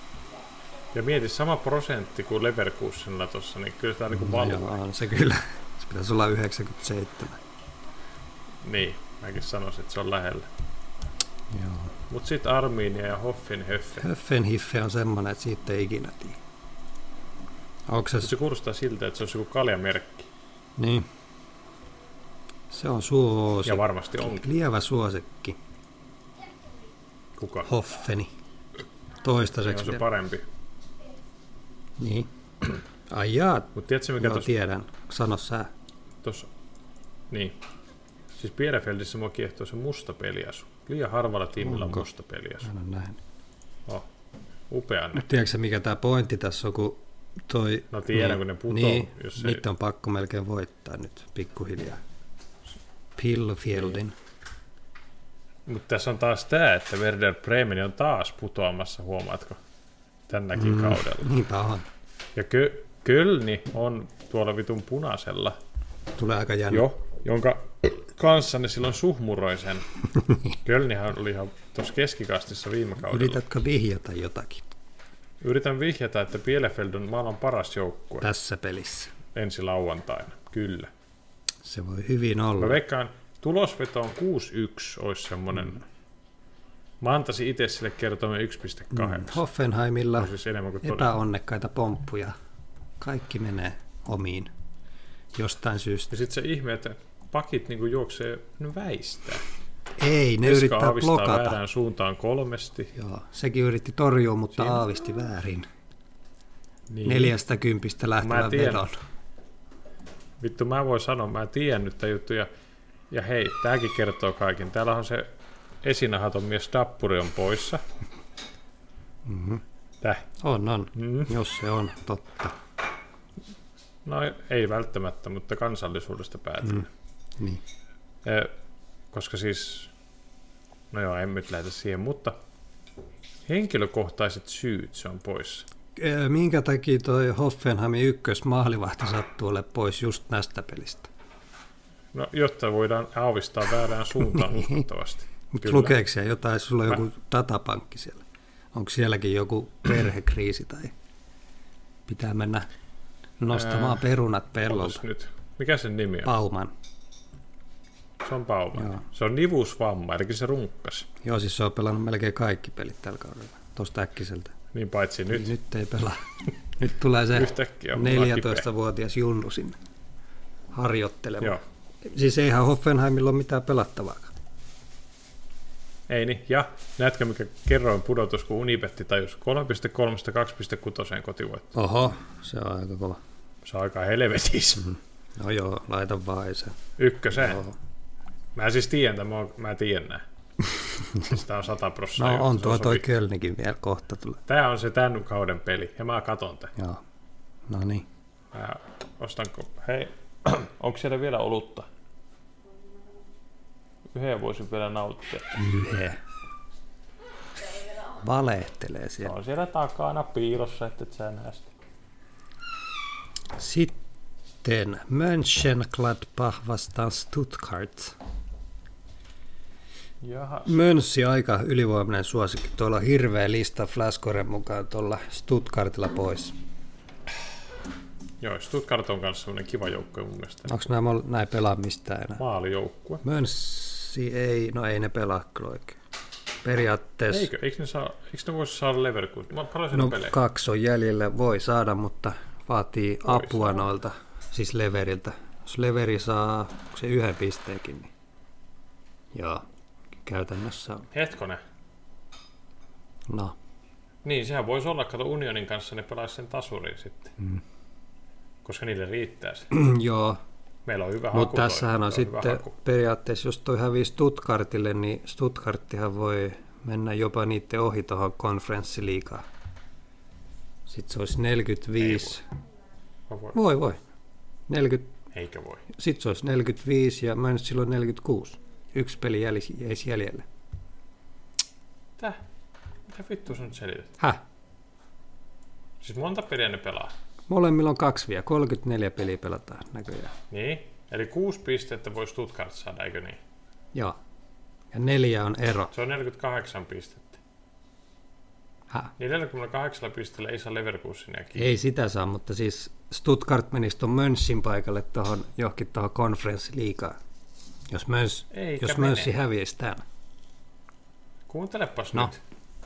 Speaker 1: Ja mieti, sama prosentti kuin Leverkusenilla tuossa, niin kyllä tämä niin valuu.
Speaker 2: Joo, on se kyllä. Se pitäisi olla 97.
Speaker 1: Niin, mäkin sanoisin, että se on lähellä.
Speaker 2: Joo.
Speaker 1: Mutta sitten Arminia ja Hoffenhöffe.
Speaker 2: Hoffenhöffe on semmoinen, että siitä ei ikinä tiedä.
Speaker 1: Se kuulostaa siltä, että se on joku kaljamerkki.
Speaker 2: Niin. Se on suosikki.
Speaker 1: Ja varmasti onkin.
Speaker 2: Lievä suosikki.
Speaker 1: Kuka?
Speaker 2: Hoffeni. Toistaiseksi.
Speaker 1: On se parempi.
Speaker 2: Niin. Ai jaa.
Speaker 1: Mut tiedätkö, mikä
Speaker 2: tiedän. Sano sä.
Speaker 1: Niin. Siis Bielefeldissä mua kiehtoo se musta peliasu. Liian harvalla tiimillä on musta peliasu.
Speaker 2: Mä en ole nähnyt.
Speaker 1: Upea.
Speaker 2: Tiedätkö mikä tää pointti tässä on, kun toi...
Speaker 1: No tiedän, kun ne putoo.
Speaker 2: Niin, niitä on pakko melkein voittaa nyt pikkuhiljaa. Bielefeldin.
Speaker 1: Mutta tässä on taas tämä, että Werder Bremen on taas putoamassa, huomaatko, tänäkin kaudella.
Speaker 2: Niinpä on.
Speaker 1: Ja Kölni on tuolla vitun punaisella.
Speaker 2: Tulee aika jännä.
Speaker 1: Jonka kanssa ne silloin suhmuroi sen. Kölnihän oli ihan tuossa keskikastissa viime kaudella.
Speaker 2: Yritätkö vihjata jotakin?
Speaker 1: Yritän vihjata, että Bielefeld on maailman paras joukkue.
Speaker 2: Tässä pelissä.
Speaker 1: Ensi lauantaina, kyllä.
Speaker 2: Se voi hyvin olla.
Speaker 1: Mä veikkaan, tulosveto on 6-1, olisi semmoinen. Mä antaisin itse sille kertoimen 1,8.
Speaker 2: Hoffenheimilla siis epäonnekkaita pomppuja. Kaikki menee omiin jostain syystä.
Speaker 1: Ja sitten se ihme, että pakit niinku juoksee väistää.
Speaker 2: Ei, ne yrittää blokata.
Speaker 1: Väärään suuntaan 3.
Speaker 2: Joo, sekin yritti torjua, mutta aavisti väärin.
Speaker 1: Niin.
Speaker 2: 40 lähtevän vedon.
Speaker 1: Vittu, mä voin sanoa, mä tiedän nyt tämän jutun. Ja hei, tääkin kertoo kaiken. Täällä on se esinahaton mies Dappuri on poissa. Täh?
Speaker 2: On. Jos se on totta.
Speaker 1: No ei välttämättä, mutta kansallisuudesta päätellä.
Speaker 2: Niin.
Speaker 1: Koska siis, no joo, en nyt lähdetä siihen, mutta Henkilökohtaiset syyt, se on pois.
Speaker 2: Minkä takia toi Hoffenheimin ykkösmaalivahti sattuu ole pois just näistä pelistä?
Speaker 1: No, jotta voidaan aavistaa väärään suuntaan uskottavasti.
Speaker 2: Mutta lukeeko siellä jotain, sulla on joku datapankki siellä? Onko sielläkin joku perhekriisi tai pitää mennä nostamaan perunat pellolta?
Speaker 1: Nyt. Mikä sen nimi on?
Speaker 2: Bauman.
Speaker 1: Se on Bauman.
Speaker 2: Joo.
Speaker 1: Se on nivusvamma, eli se runkkas.
Speaker 2: Joo, siis se on pelannut melkein kaikki pelit tällä kaudella, tuosta äkkiseltä.
Speaker 1: Niin paitsi nyt.
Speaker 2: Nyt ei pelaa. Nyt tulee se 14-vuotias junnu sinne harjoittelemaan.
Speaker 1: Joo.
Speaker 2: Siis eihän Hoffenheimilla ole mitään pelattavaakaan.
Speaker 1: Ei niin. Ja näetkö mikä kerroin pudotus, kun Unibetti tajus 3,3-2,6 kotivoitto.
Speaker 2: Oho, se on aika kova.
Speaker 1: Se on aika helvetis.
Speaker 2: Mm-hmm. No joo, laita vaan se.
Speaker 1: Ykköseen.
Speaker 2: Joo.
Speaker 1: Mä siis tiedän, mä tiedän näin. Siis tää on 100%.
Speaker 2: No on toi Kölnikin vielä kohta tulee.
Speaker 1: Tää on se tämän kauden peli, ja mä katon tän.
Speaker 2: Joo, no niin.
Speaker 1: Mä ostanko, hei, onko siellä vielä olutta? Yhden voisin vielä nauttia.
Speaker 2: Yhden. Valehtelee siellä.
Speaker 1: Se on siellä takana piilossa, et sä näe sitä.
Speaker 2: Sitten Mönchengladbach vastaan Stuttgart.
Speaker 1: Jahas.
Speaker 2: Mönssi aika ylivoimainen suosikki. Tuolla on hirveä lista Flascoren mukaan tuolla Stuttgartilla pois.
Speaker 1: Joo, Stuttgart on kanssa sellainen kiva joukkue mun mielestä.
Speaker 2: Onko näin pelaa mistään enää?
Speaker 1: Maalijoukkue.
Speaker 2: Mönssi ei, no ei ne pelaa kyllä oikein. Periaatteessa...
Speaker 1: Eikö ne voisi saada Leverkusen?
Speaker 2: No 2 on jäljellä, voi saada, mutta vaatii
Speaker 1: voi
Speaker 2: apua
Speaker 1: saada
Speaker 2: noilta, siis Leveriltä. Jos Leveri saa se 1 pisteenkin, niin joo, käytännössä on.
Speaker 1: Hetkonen.
Speaker 2: No.
Speaker 1: Niin, sehän voisi olla, kato Unionin kanssa ne pelaisi sen tasuriin sitten. Koska niille riittää se.
Speaker 2: Joo.
Speaker 1: Meillä on hyvä haku.
Speaker 2: Mutta tässähän on sitten periaatteessa, jos toi hävii Stuttgartille, niin Stuttgarttihan voi mennä jopa niiden ohi tuohon konferenssiliigaan. Sitten se olisi 45. Voi. 40.
Speaker 1: Eikä voi.
Speaker 2: Sitten se olisi 45 ja Möns silloin 46. 1 peli jäisi jäljelle.
Speaker 1: Mitä vittu sä nyt selität?
Speaker 2: Häh?
Speaker 1: Siis monta peliä ne pelaa?
Speaker 2: Molemmilla on 2 vielä. 34 peliä pelataan näköjään.
Speaker 1: Niin. Eli 6 pistettä voi Stuttgart saada, eikö niin?
Speaker 2: Joo. Ja 4 on ero.
Speaker 1: Se on 48 pistettä.
Speaker 2: Häh?
Speaker 1: Niin 48 pisteellä ei saa Leverkusenia kiinni.
Speaker 2: Ei sitä saa, mutta siis Stuttgart menisi tuon Mönsin paikalle johonkin tuohon konferenssiliigaan. Jos Mönsi häviäisi tämän.
Speaker 1: Kuuntelepas
Speaker 2: no.
Speaker 1: nyt.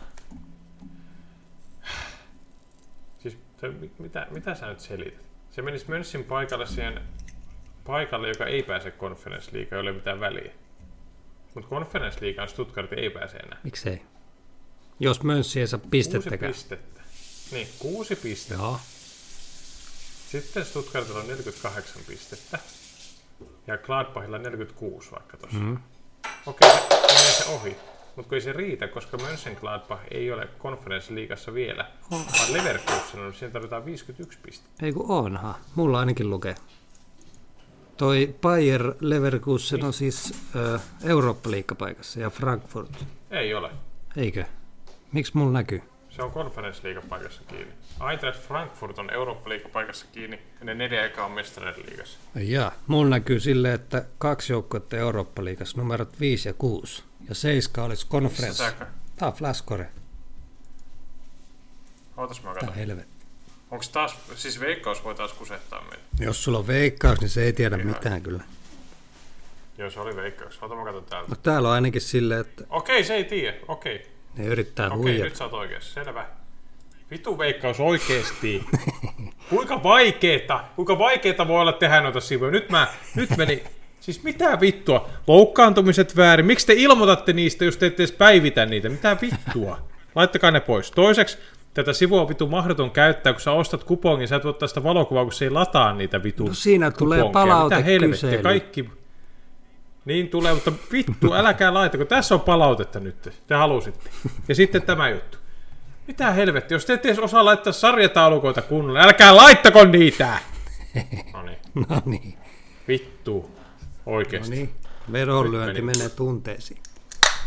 Speaker 1: Siis mitä sä nyt selität? Se menisi Mönsin paikalle siihen paikalle, joka ei pääse konferenssliigaan, ei ole mitään väliä. Mutta konferenssliigaan Stuttgart ei pääse enää.
Speaker 2: Miksei? Jos Mönsi ei saa pistettäkään.
Speaker 1: 6 pistettä. Niin, 6 pistettä.
Speaker 2: Joo.
Speaker 1: Sitten Stuttgartilla on 48 pistettä. Ja Gladbachilla 46 vaikka tossa. Okei, se menee se ohi. Mutta ei se riitä, koska Mönchengladbach ei ole konferenssiliigassa vielä. Vaan Leverkusen on, siinä tarvitaan 51 pistettä.
Speaker 2: Ei kun onhan. Mulla ainakin lukee. Toi Bayer Leverkusen on siis Eurooppa-liigapaikassa ja Frankfurt.
Speaker 1: Ei ole.
Speaker 2: Eikö? Miksi mulla näkyy?
Speaker 1: Se on konferenssliigapaikassa kiinni. Eintracht Frankfurt on Eurooppa-liigapaikassa kiinni ja ne 4 ekaa on Mestareiden liigassa.
Speaker 2: Jaa, mulla näkyy silleen, että 2 joukkuetta Eurooppa-liigassa, numerot 5 ja 6. Ja 7 olisi konferenssi. Tää on Flascore.
Speaker 1: Ootas mä
Speaker 2: Tää
Speaker 1: katson.
Speaker 2: helvetti.
Speaker 1: Onks taas, siis Veikkaus voi taas kusettaa meitä?
Speaker 2: Jos sulla on Veikkaus, niin se ei tiedä mitään kyllä.
Speaker 1: Joo, se oli Veikkaus. Ota mä katon täältä.
Speaker 2: No täällä on ainakin silleen, että
Speaker 1: Okei, se ei tiedä. Okei,
Speaker 2: ne yrittää
Speaker 1: nyt
Speaker 2: huijata.
Speaker 1: sä oot oikeassa. Selvä. Vitu Veikkaus oikeesti. Kuinka vaikeeta voi olla tehdä noita sivuja? Nyt meni. Siis mitä vittua? Loukkaantumiset väärin. Miksi te ilmoitatte niistä, jos te ette edes päivitä niitä? Mitä vittua? Laittakaa ne pois. Toiseksi, tätä sivua on vitu mahdoton käyttää, kun sä ostat kupongin, sä et ottaa sitä valokuvaa, kun se ei lataa niitä vitu
Speaker 2: No siinä tulee palautekysely.
Speaker 1: Kaikki. Niin tulee, mutta vittu, älkää laitako. Tässä on palautetta nyt, te halusitte. Ja sitten tämä juttu. Mitä helvetti, jos te ette edes osaa laittaa sarjataulukoita kunnolla, älkää laittako niitä!
Speaker 2: No niin.
Speaker 1: Vittu, oikeesti.
Speaker 2: No niin, vedonlyönti menee tunteisiin.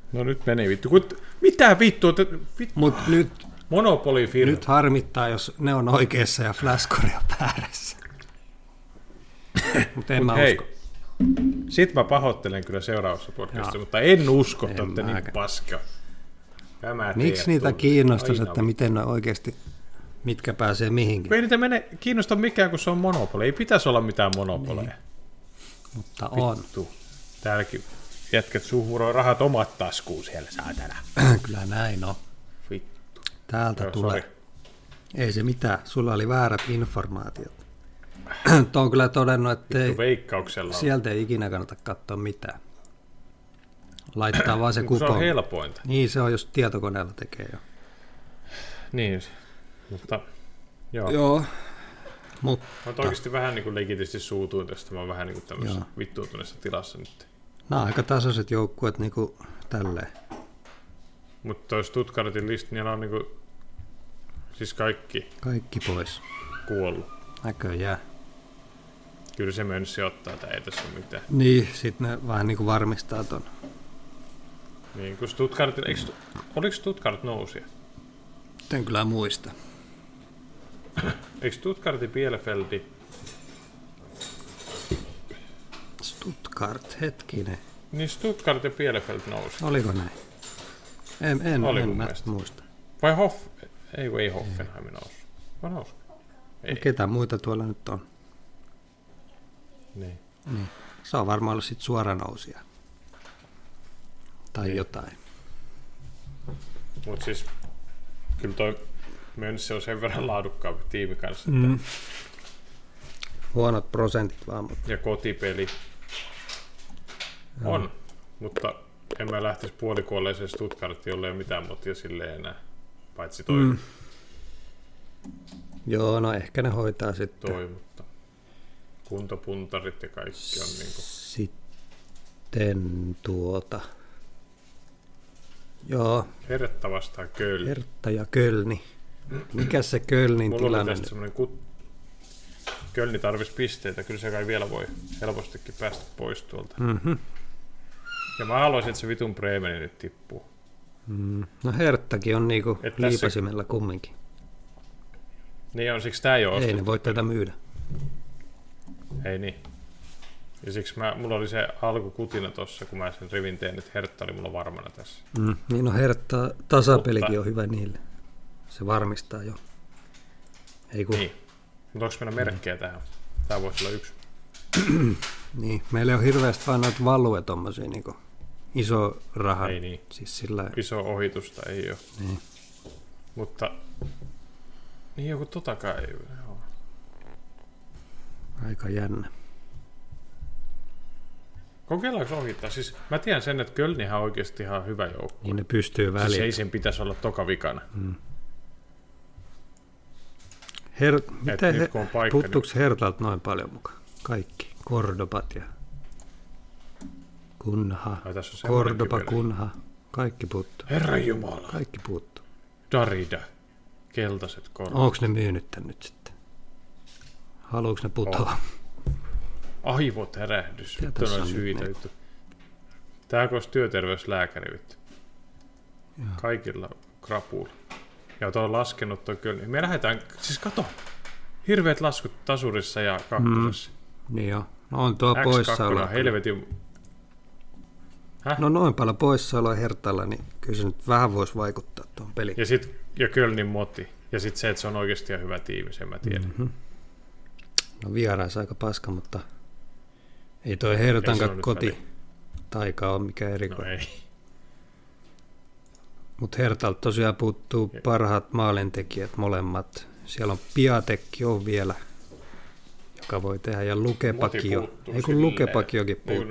Speaker 1: No nyt meni vittu. Mitä vittua?
Speaker 2: Mut nyt,
Speaker 1: Monopoly-firma.
Speaker 2: nyt harmittaa, jos ne on oikeassa ja Flashcore on väärässä. Mutta en mä usko.
Speaker 1: Sit mä pahoittelen kyllä seuraavassa podcastissa, mutta en usko, että olette niin paska.
Speaker 2: Miksi niitä kiinnostaisi, että miten ne oikeasti, mitkä pääsee mihinkin?
Speaker 1: Ei niitä kiinnosta mikään, kun se on monopoli. Ei pitäisi olla mitään monopoleja. Niin.
Speaker 2: Mutta
Speaker 1: vittu. On. Täälläkin jätkät suhmuroi rahat omat taskuun siellä, saatana.
Speaker 2: Kyllä näin on.
Speaker 1: Vittu.
Speaker 2: Täältä tulee. Sorry. Ei se mitään, sulla oli väärät informaatiot. Tuo on kyllä todennut, että sieltä ei ikinä kannata katsoa mitään. Laittaa vaan se kupon.
Speaker 1: Se on helpointa.
Speaker 2: Niin, se on, jos tietokoneella tekee jo.
Speaker 1: Niin, mutta joo.
Speaker 2: Joo.
Speaker 1: Mä oon oikeasti vähän niin kuin legitisti suutuin tästä. Mä oon vähän niin kuin tämmöisessä vittuutuneessa tilassa nyt.
Speaker 2: Nämä on aika tasaiset joukkueet niin kuin tälleen.
Speaker 1: Mutta toi Stuttgartin list, niin on niin kuin, siis
Speaker 2: kaikki pois.
Speaker 1: Kuollut.
Speaker 2: Näköjään.
Speaker 1: Kyllä se mönssi ottaa, että ei tässä ole mitään.
Speaker 2: Niin, sit ne vähän niin kuin varmistaa ton.
Speaker 1: Niin, kun Stuttgartin, oliko Stuttgart nousia?
Speaker 2: En kyllä muista.
Speaker 1: Eikö Stuttgartin Bielefeldi?
Speaker 2: Stuttgart, hetkinen.
Speaker 1: Niin Stuttgart ja Bielefeld nousi.
Speaker 2: Oliko näin? En muista.
Speaker 1: Vai ei Hoffenheim nousi. Vai nousi? Ei.
Speaker 2: Ketä muita tuolla nyt on?
Speaker 1: Niin.
Speaker 2: Se on varmaan ollut sit suoranousia. Tai
Speaker 1: niin.
Speaker 2: Jotain.
Speaker 1: Mut siis kyllä toi Mönssi on sen verran laadukkaampi tiimi kanssa.
Speaker 2: Huonot prosentit vaan. Mutta.
Speaker 1: Ja kotipeli. On, mutta en mä lähtisi puolikuolleeseen Stuttgartiin, jolle ei ole mitään motia silleen enää. Paitsi toi.
Speaker 2: Joo, no ehkä ne hoitaa sitten.
Speaker 1: Toi, mutta kuntopuntarit ja kaikki on niinku.
Speaker 2: Sitten Joo.
Speaker 1: Hertta vastaan Köln.
Speaker 2: Hertta ja Kölni. Mikäs se Kölnin tilanne?
Speaker 1: Mulla oli tästä Kölni tarvisi pisteitä, kyllä se kai vielä voi helpostikin päästä pois tuolta.
Speaker 2: Mm-hmm.
Speaker 1: Ja mä haluaisin, että se vitun Bremeni nyt tippuu.
Speaker 2: No Herttakin on niinku liipasimella kumminkin.
Speaker 1: Niin on, siksi tää ei ole ostettu.
Speaker 2: Ei ne voi tätä myydä.
Speaker 1: Ei niin. Ja siksi mulla oli se alkukutina tossa, kun mä sen rivin tein, että Hertta oli mulla varmana tässä.
Speaker 2: Niin no Hertta tasapelikin on hyvä niille. Se varmistaa jo. Ei kun.
Speaker 1: Niin. Mutta onko meillä merkkejä tähän? Tää voisi olla yksi.
Speaker 2: Niin, meillä on hirveästi vaan noita valuja tommosia niinku iso rahan.
Speaker 1: Ei niin.
Speaker 2: Siis sillä.
Speaker 1: Iso ohitusta ei ole.
Speaker 2: Niin.
Speaker 1: Mutta niin joku totakaan ei ole.
Speaker 2: Aika jännä.
Speaker 1: Kokeillaanko ohittaa? Siis mä tiedän sen, että Kölnihän on oikeasti ihan hyvä joukkue.
Speaker 2: Niin ne pystyy väliin.
Speaker 1: Siis ei sen pitäisi olla tokavikana.
Speaker 2: Puuttuuko Hertalta noin paljon mukaan? Kaikki. Kordobat ja Kunha. Kordoba, Kunha. Kaikki puuttuu.
Speaker 1: Herran Jumala.
Speaker 2: Kaikki puuttuu.
Speaker 1: Darida. Keltaiset korvat.
Speaker 2: Onko ne myynyt tän nyt sitten? Haluuks ne putoa?
Speaker 1: Aivot herähdys. Vittu on syitä. Tää koos työterveyslääkäri vittu. Kaikilla krapuilla. Ja tuo on laskenut toi kyllä. Me lähdetään, siis kato, hirveät laskut tasurissa ja kakkosessa.
Speaker 2: Niin joo. No on tuo poissaolo.
Speaker 1: Helvetin.
Speaker 2: No noin paljon poissaoloa Hertalla, niin kyllä se nyt vähän voisi vaikuttaa tuohon peliin.
Speaker 1: Ja Kölnin moti. Ja sitten se, että se on oikeasti ihan hyvä tiimi, sen mä tiedän.
Speaker 2: No vieraissa aika paska, mutta ei toi Hertankaan koti taika ole mikään erikoinen.
Speaker 1: No ei.
Speaker 2: Mutta Hertalta tosiaan puuttuu parhaat maalintekijät molemmat. Siellä on Piatekki on vielä, joka voi tehdä, ja Lukepakio. Ei kun Lukepakiokin puuttuu.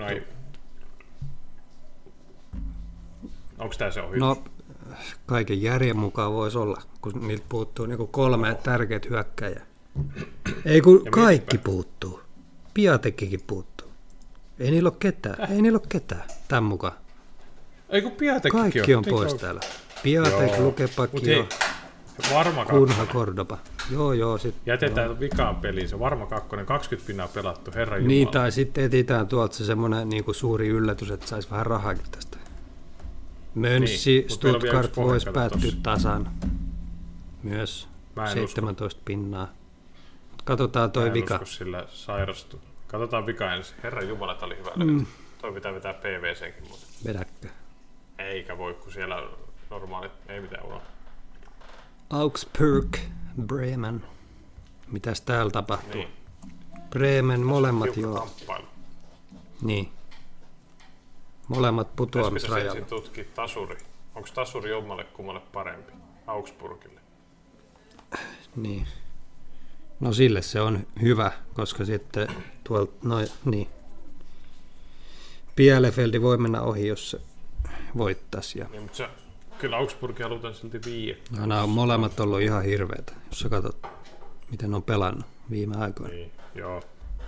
Speaker 1: Onko tämä se ohitus?
Speaker 2: No, kaiken järjen mukaan voisi olla, kun niiltä puuttuu niinku 3 tärkeät hyökkäjää. Ei kun kaikki puuttuu. Piatekkikin puuttuu. Ei niillä ole ketään. Tämän mukaan.
Speaker 1: Ei kun Piatekki
Speaker 2: kaikki on pois täällä. Piatek, Lukepakio, Kunha, Kordoba. Joo.
Speaker 1: Jätetään vikaan peliin. Se varma 2, 20 pinnaa pelattu, herran jumala.
Speaker 2: Niin, tai sitten etsitään tuolta se semmoinen niinku suuri yllätys, että saisi vähän rahaakin tästä. Mönssi,
Speaker 1: Niin, mut meillä on vielä
Speaker 2: Stuttgart
Speaker 1: yksi
Speaker 2: voisi
Speaker 1: pohjakatu
Speaker 2: päättyä
Speaker 1: tossa.
Speaker 2: tasan. Myös
Speaker 1: Mä en
Speaker 2: 17 pinnaa. Katsotaan toi
Speaker 1: Mä en
Speaker 2: vika.
Speaker 1: usko sillä sairastu. Katsotaan vika ensin. Herran jumala, tää oli hyvä löytö. Toi pitää vetää PVCkin muuten.
Speaker 2: Vedäkö?
Speaker 1: Eikä voi, kun siellä on normaalit, ei mitään unohda.
Speaker 2: Augsburg, Bremen. Mitäs täällä tapahtuu?
Speaker 1: Niin.
Speaker 2: Bremen, molemmat
Speaker 1: Tiukka
Speaker 2: joo.
Speaker 1: kamppailu.
Speaker 2: Niin. Molemmat
Speaker 1: Pitäisikö se
Speaker 2: putoamisrajalla.
Speaker 1: ensin tutkia tasuri? Onko tasuri jommalle kummalle parempi? Augsburgille.
Speaker 2: Niin. No sille se on hyvä, koska sitten tuolta, no niin. Bielefeldi voi mennä ohi, jos se voittaisi. Ja...
Speaker 1: Niin, mutta se, kyllä Augsburgia halutaan silti viiä.
Speaker 2: No, nämä on molemmat ollut ihan hirveitä, jos sä katsot, miten ne on pelannut viime aikoina.
Speaker 1: Niin, joo.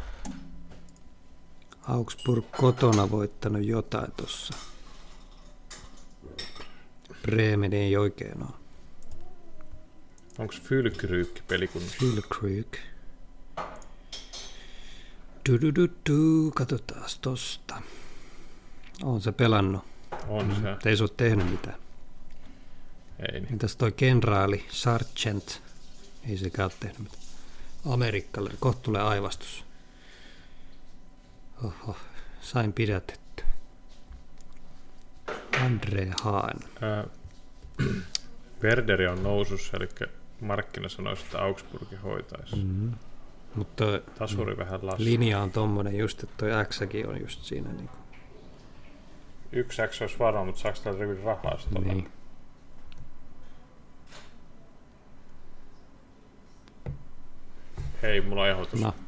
Speaker 2: Augsburg kotona voittanut jotain tossa. Bremen ei oikein ole.
Speaker 1: Onko Fylkryykki pelikunnassa?
Speaker 2: Fylkryk. Katsotaan tosta. On se pelannut.
Speaker 1: On se.
Speaker 2: Ei se ole tehnyt mitään.
Speaker 1: Ei niin.
Speaker 2: Mitäs toi kenraali Sargent? Ei sekään ole tehnyt mitään. Amerikkalainen. Kohta tulee aivastus. Oho, sain pidätetty. Andre Hahn.
Speaker 1: Werderi on nousussa, eli markkina sanoisi, että Augsburgi hoitaisi.
Speaker 2: Mutta
Speaker 1: Tasuri vähän laskee.
Speaker 2: linja on tommonen just, että toi X-kin on just siinä. Niin,
Speaker 1: Yksi X olisi varma, mutta saako täällä rivin rahaa sitten olla?
Speaker 2: niin.
Speaker 1: Hei, mulla on ehdotus.
Speaker 2: No,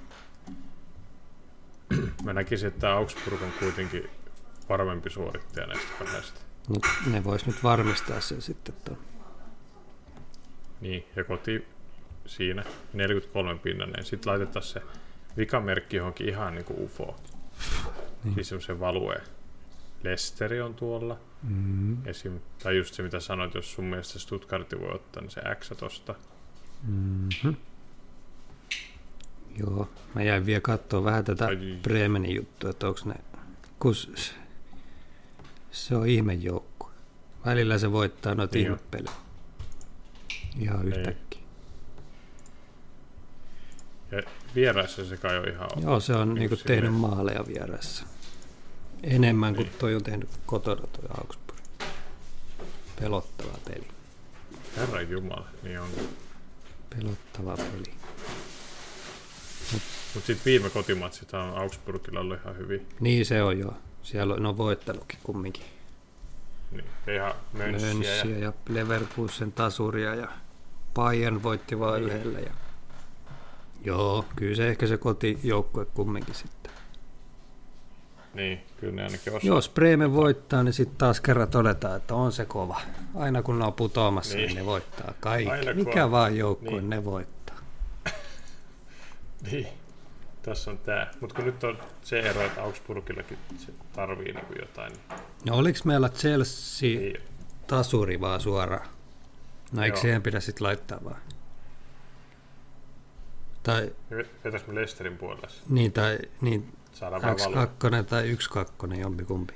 Speaker 1: Mä näkisin, että Augsburg on kuitenkin varmempi suorittaja näistä kahdesta.
Speaker 2: ne vois nyt varmistaa sen sitten.
Speaker 1: Niin, ja koti siinä 43 pinnanen. Sitten laitetaan se vikamerkki johonkin ihan niin kuin UFO.
Speaker 2: Niin.
Speaker 1: Siis semmoisen valueen. Lesteri on tuolla. Esim. Tai just se, mitä sanoit, jos sun mielestä Stuttgartin voi ottaa, niin se X tosta.
Speaker 2: Joo, mä jäin vielä katsoa vähän tätä Bremenin juttua, että onko ne, kun se on ihmejoukkue. Välillä se voittaa noita
Speaker 1: Niin
Speaker 2: ihmepelejä. Ihan yhtäkkiä.
Speaker 1: Ja vieraissa se kai on ihan
Speaker 2: Joo, se on niinku tehnyt maaleja vieressä. Enemmän kuin
Speaker 1: Niin.
Speaker 2: toi on tehnyt kotona toi Augsburg. Pelottava peli.
Speaker 1: Herran jumala, niin on.
Speaker 2: Pelottava peli.
Speaker 1: Mutta sitten viime kotimatsit on Augsburgilla ollut ihan hyvin.
Speaker 2: Niin se on joo. Siellä on voittanutkin kumminkin.
Speaker 1: Niin, ihan Mönssiä
Speaker 2: Ja Leverkusen tasuria ja Bayern voitti vaan yhdellä. Ja... Joo, kyllä se ehkä se kotijoukkue kumminkin sitten.
Speaker 1: Niin, kyllä ne ainakin osaa.
Speaker 2: Jos Bremen voittaa, niin sitten taas kerran todetaan, että on se kova. Aina kun ne on putoamassa, niin ne voittaa kaikki.
Speaker 1: Aina
Speaker 2: Mikä
Speaker 1: kun
Speaker 2: vaan joukkue,
Speaker 1: niin.
Speaker 2: ne voittaa.
Speaker 1: Niin, tässä on tää. Mutta kun nyt on se ero, että Augsburgillakin se tarvii niinku jotain.
Speaker 2: No oliks meillä Chelsea
Speaker 1: Niin,
Speaker 2: tasuri vaan suoraan? No eikö
Speaker 1: Joo.
Speaker 2: siihen pidä sitten laittaa vaan? Tai
Speaker 1: vetäis me Lesterin puolella.
Speaker 2: niin,
Speaker 1: Saadaan vähän valua.
Speaker 2: X2 tai 1-2, jompikumpi.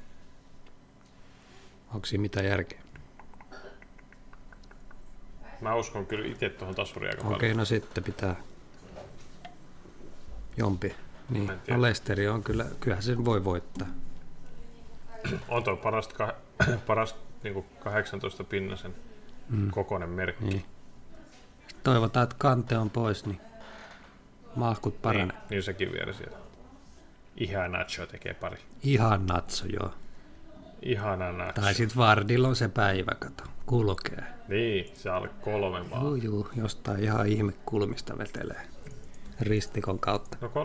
Speaker 2: Onko siinä mitään järkeä?
Speaker 1: Mä uskon kyllä itse tuohon tasuriin aika
Speaker 2: Okei,
Speaker 1: paljon.
Speaker 2: no sitten pitää jompi. Niin,
Speaker 1: Mä en tiedä.
Speaker 2: no Leicesteri on kyllähän sen voi voittaa.
Speaker 1: On tuo paras niinku 18 pinnasen kokoinen merkki.
Speaker 2: Niin. Toivotaan, että Kante on pois, niin mahkut paranee.
Speaker 1: Niin sekin vielä siellä. Ihan Nacho tekee pari.
Speaker 2: Ihan natso, joo.
Speaker 1: Ihana Nacho.
Speaker 2: Tai sit Vardilla on se päivä, kato, kulkee.
Speaker 1: Niin, se alle 3 vaan.
Speaker 2: Juu, jostain ihan ihmekulmista vetelee ristikon kautta.
Speaker 1: No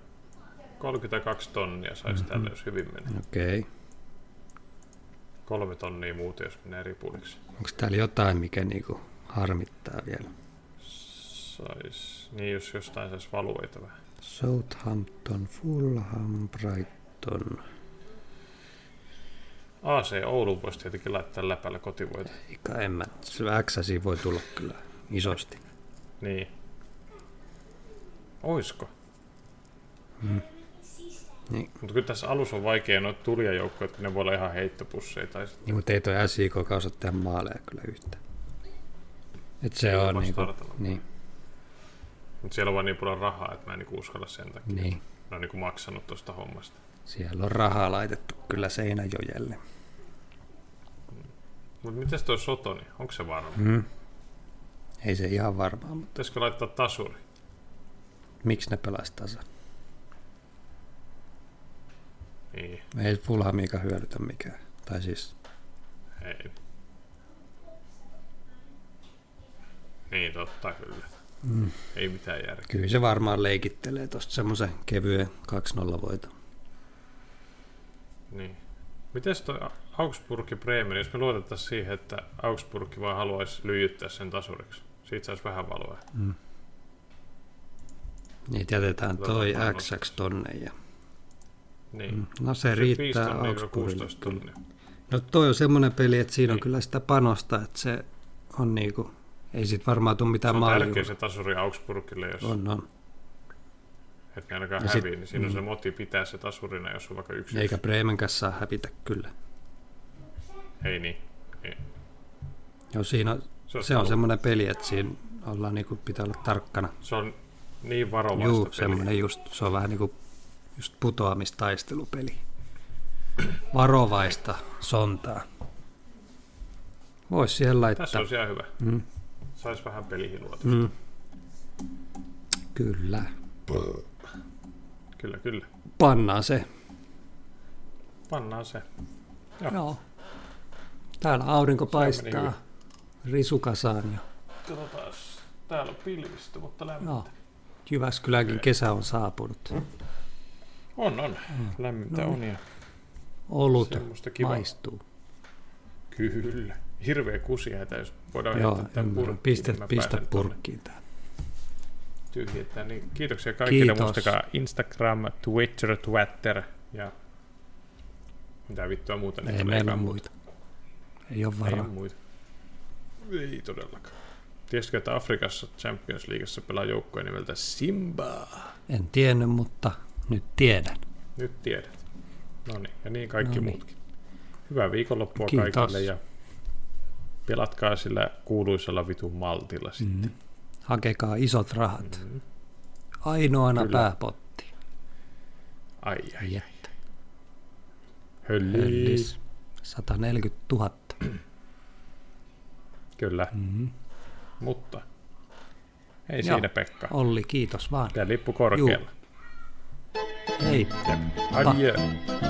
Speaker 1: 32 tonnia saisi tälle, jos hyvin menee.
Speaker 2: Okei.
Speaker 1: 3 tonnia muuten, jos menee ripuliksi.
Speaker 2: Onko täällä jotain, mikä niinku harmittaa vielä?
Speaker 1: Niin, jos jostain saisi valueita vähän.
Speaker 2: Southampton, Fulham, Brighton.
Speaker 1: AC Oulu voisi tietenkin laittaa läpällä kotivoita.
Speaker 2: Eikä en mä. Se X voi tulla kyllä isosti.
Speaker 1: Niin. Oisko?
Speaker 2: Niin.
Speaker 1: Mutta kyllä tässä alussa on vaikea noita tulijajoukkoja, että ne voi olla ihan heittopusseja. Tai sitten...
Speaker 2: Niin, mutta ei toi SJK osaa tehdä maaleja kyllä yhtään. Että se on niinku... Niin.
Speaker 1: Mutta siellä on vaan niin paljon rahaa, että mä en niinku uskalla sen takia.
Speaker 2: Niin.
Speaker 1: Ne on niinku maksanut tuosta hommasta.
Speaker 2: Siellä on rahaa laitettu kyllä Seinäjojelle.
Speaker 1: Mutta mitäs toi Sotoni? Onko se varma?
Speaker 2: Ei se ihan varmaa, mutta...
Speaker 1: Pitäisikö laittaa tasuri?
Speaker 2: Miksi ne pelaisi tasan?
Speaker 1: Niin.
Speaker 2: Ei Fulhamiika hyödytä mikään. Tai siis...
Speaker 1: Ei. Niin, totta kyllä. Ei mitään järkeä.
Speaker 2: Kyllä se varmaan leikittelee tosta semmoisen kevyen 2-0 voiton.
Speaker 1: Niin. Mites toi Augsburg ja Bremen, jos me luotettaisiin siihen, että Augsburg vaan haluaisi lyijyttää sen tasuriksi? Siitä saisi vähän valoa.
Speaker 2: Niin jätetään toi XX tonne ja...
Speaker 1: Niin.
Speaker 2: No se riittää
Speaker 1: 5
Speaker 2: Augsburgille.
Speaker 1: 16 tonnia.
Speaker 2: No toi on semmoinen peli, että siinä on kyllä sitä panosta, että se on niinku... Ei sit varmaan tule mitään maalia.
Speaker 1: Se on tärkeä se tasuri Augsburgille, jos...
Speaker 2: On.
Speaker 1: Että ne ainakaan hävii, niin siinä on se moti pitää se tasurina, jos on vaikka yksi.
Speaker 2: Eikä Bremen kanssa saa hävitä kyllä.
Speaker 1: Ei niin. Ei.
Speaker 2: Joo, siinä on, se on semmoinen peli, että siinä ollaan niinku, pitää olla tarkkana.
Speaker 1: Se on niin varovaista
Speaker 2: Juu, semmoinen just, se on vähän niinku just putoamistaistelupeli. Varovaista sontaa. Vois siihen laittaa.
Speaker 1: Tässä on ihan hyvä. Saisi vähän pelihiluotusta.
Speaker 2: Kyllä.
Speaker 1: Kyllä.
Speaker 2: Pannaan se. Joo. Täällä aurinko paistaa risukasaan.
Speaker 1: Katsotaan, täällä on pilvistä, mutta lämmintä.
Speaker 2: Joo. Jyväskylänkin kesä on saapunut.
Speaker 1: On. Lämmintä on ja
Speaker 2: olut maistuu.
Speaker 1: Kyllä. Hirveä kusihätä, jos voidaan
Speaker 2: Joo,
Speaker 1: heittää tämän purkkiin.
Speaker 2: Pistä purkkiin tää.
Speaker 1: Tyhjentää. Niin, kiitoksia kaikille.
Speaker 2: Kiitos.
Speaker 1: Muistakaa Instagram, Twitter, Twitter ja mitä vittua muuta.
Speaker 2: Ei meillä muita. Ei ole varaa.
Speaker 1: Ei todellakaan. Tiesitkö, että Afrikassa Champions Leaguessa pelaa joukkoja nimeltä Simba?
Speaker 2: En tiennyt, mutta nyt tiedän.
Speaker 1: Nyt tiedät. Noniin, ja niin kaikki muutkin. Hyvää viikonloppua
Speaker 2: Kiitos.
Speaker 1: kaikille ja pelatkaa sillä kuuluisella vitun maltilla sitten.
Speaker 2: Hakekaa isot rahat. Ainoana
Speaker 1: Kyllä.
Speaker 2: pääpotti.
Speaker 1: Ai.
Speaker 2: Jättä.
Speaker 1: Höllis.
Speaker 2: 140 000.
Speaker 1: Kyllä. Mutta ei siinä Pekka.
Speaker 2: Olli, kiitos vaan.
Speaker 1: Tämä lippu korkealla.
Speaker 2: Hei.
Speaker 1: Adieu.